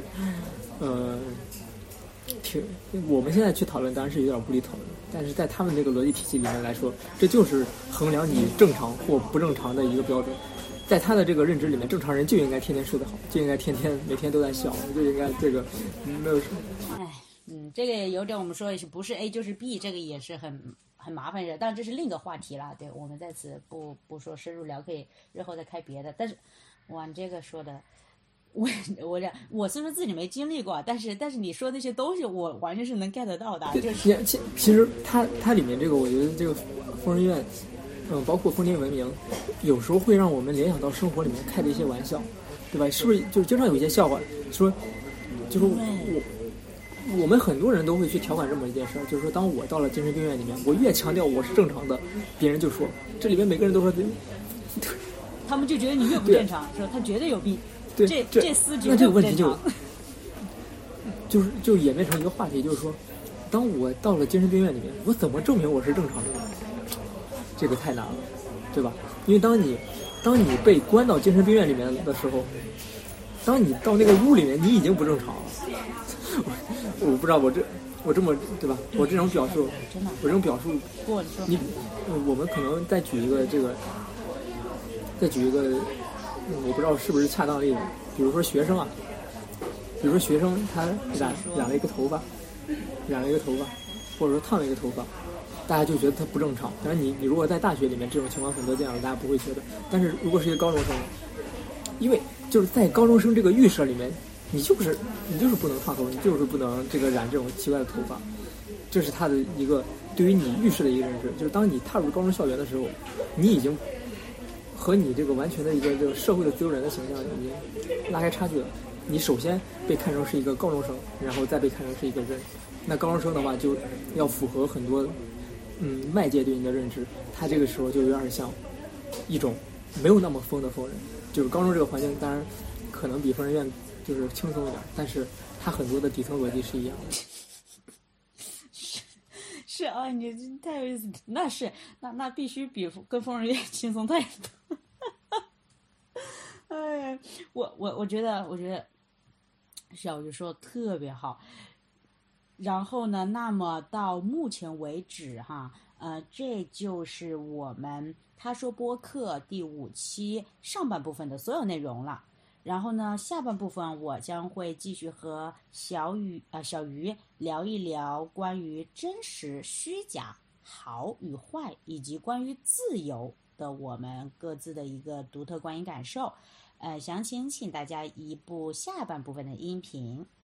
我们现在去讨论当然是有点无厘头的，但是在他们这个逻辑体系里面来说，这就是衡量你正常或不正常的一个标准。在他的这个认知里面，正常人就应该天天睡得好，就应该每天都在笑，就应该这个没有什么。 这个有点我们说也是不是 A 就是 B， 这个也是很麻烦的，当然这是另一个话题了。对，我们在此不说深入聊，可以日后再开别的。但是哇，你这个说的。我虽说自己没经历过，但是你说那些东西，我完全是能 get 到的。就是其实它里面这个，我觉得这个疯人院， 包括封建文明，有时候会让我们联想到生活里面开的一些玩笑，对吧？是不是就是经常有一些笑话说，就是我们很多人都会去调侃这么一件事儿，就是说，当我到了精神病院里面，我越强调我是正常的，别人就说这里面每个人都说， 他们就觉得你越不正常，说他绝对有病。 对， 这丝绝那这个对不正问题常。 就演变成一个话题，就是说，当我到了精神病院里面，我怎么证明我是正常的呢？这个太难了，对吧？因为当你被关到精神病院里面的时候，当你到那个屋里面，你已经不正常了。我不知道我这么对吧？我这种表述，我这种表述，我们可能再举一个，我不知道是不是恰当例子，比如说学生他染了一个头发，或者说烫了一个头发，大家就觉得他不正常。当然你如果在大学里面这种情况很多见了，大家不会觉得。但是如果是一个高中生，因为就是在高中生这个预设里面，你就是不能烫头，你就是不能染这种奇怪的头发，这是他的一个对于你预设的一个认知。就是当你踏入高中校园的时候，你已经和你这个完全的一个这个社会的自由人的形象已经拉开差距了。你首先被看成是一个高中生，然后再被看成是一个人。那高中生的话就要符合很多外界对你的认知，他这个时候就有点像一种没有那么疯的疯人。就是高中这个环境当然可能比疯人院就是轻松一点，但是它很多的底层逻辑是一样的。 是啊，你太有意思，那必须比跟疯人院轻松太多。哎，我觉得小鱼说的特别好。然后呢，那么到目前为止哈，这就是我们他说播客第5期上半部分的所有内容了。然后呢，下半部分我将会继续和小鱼聊一聊关于真实、虚假、好与坏，以及关于自由的我们各自的一个独特观影感受。详情请大家移步下半部分的音频。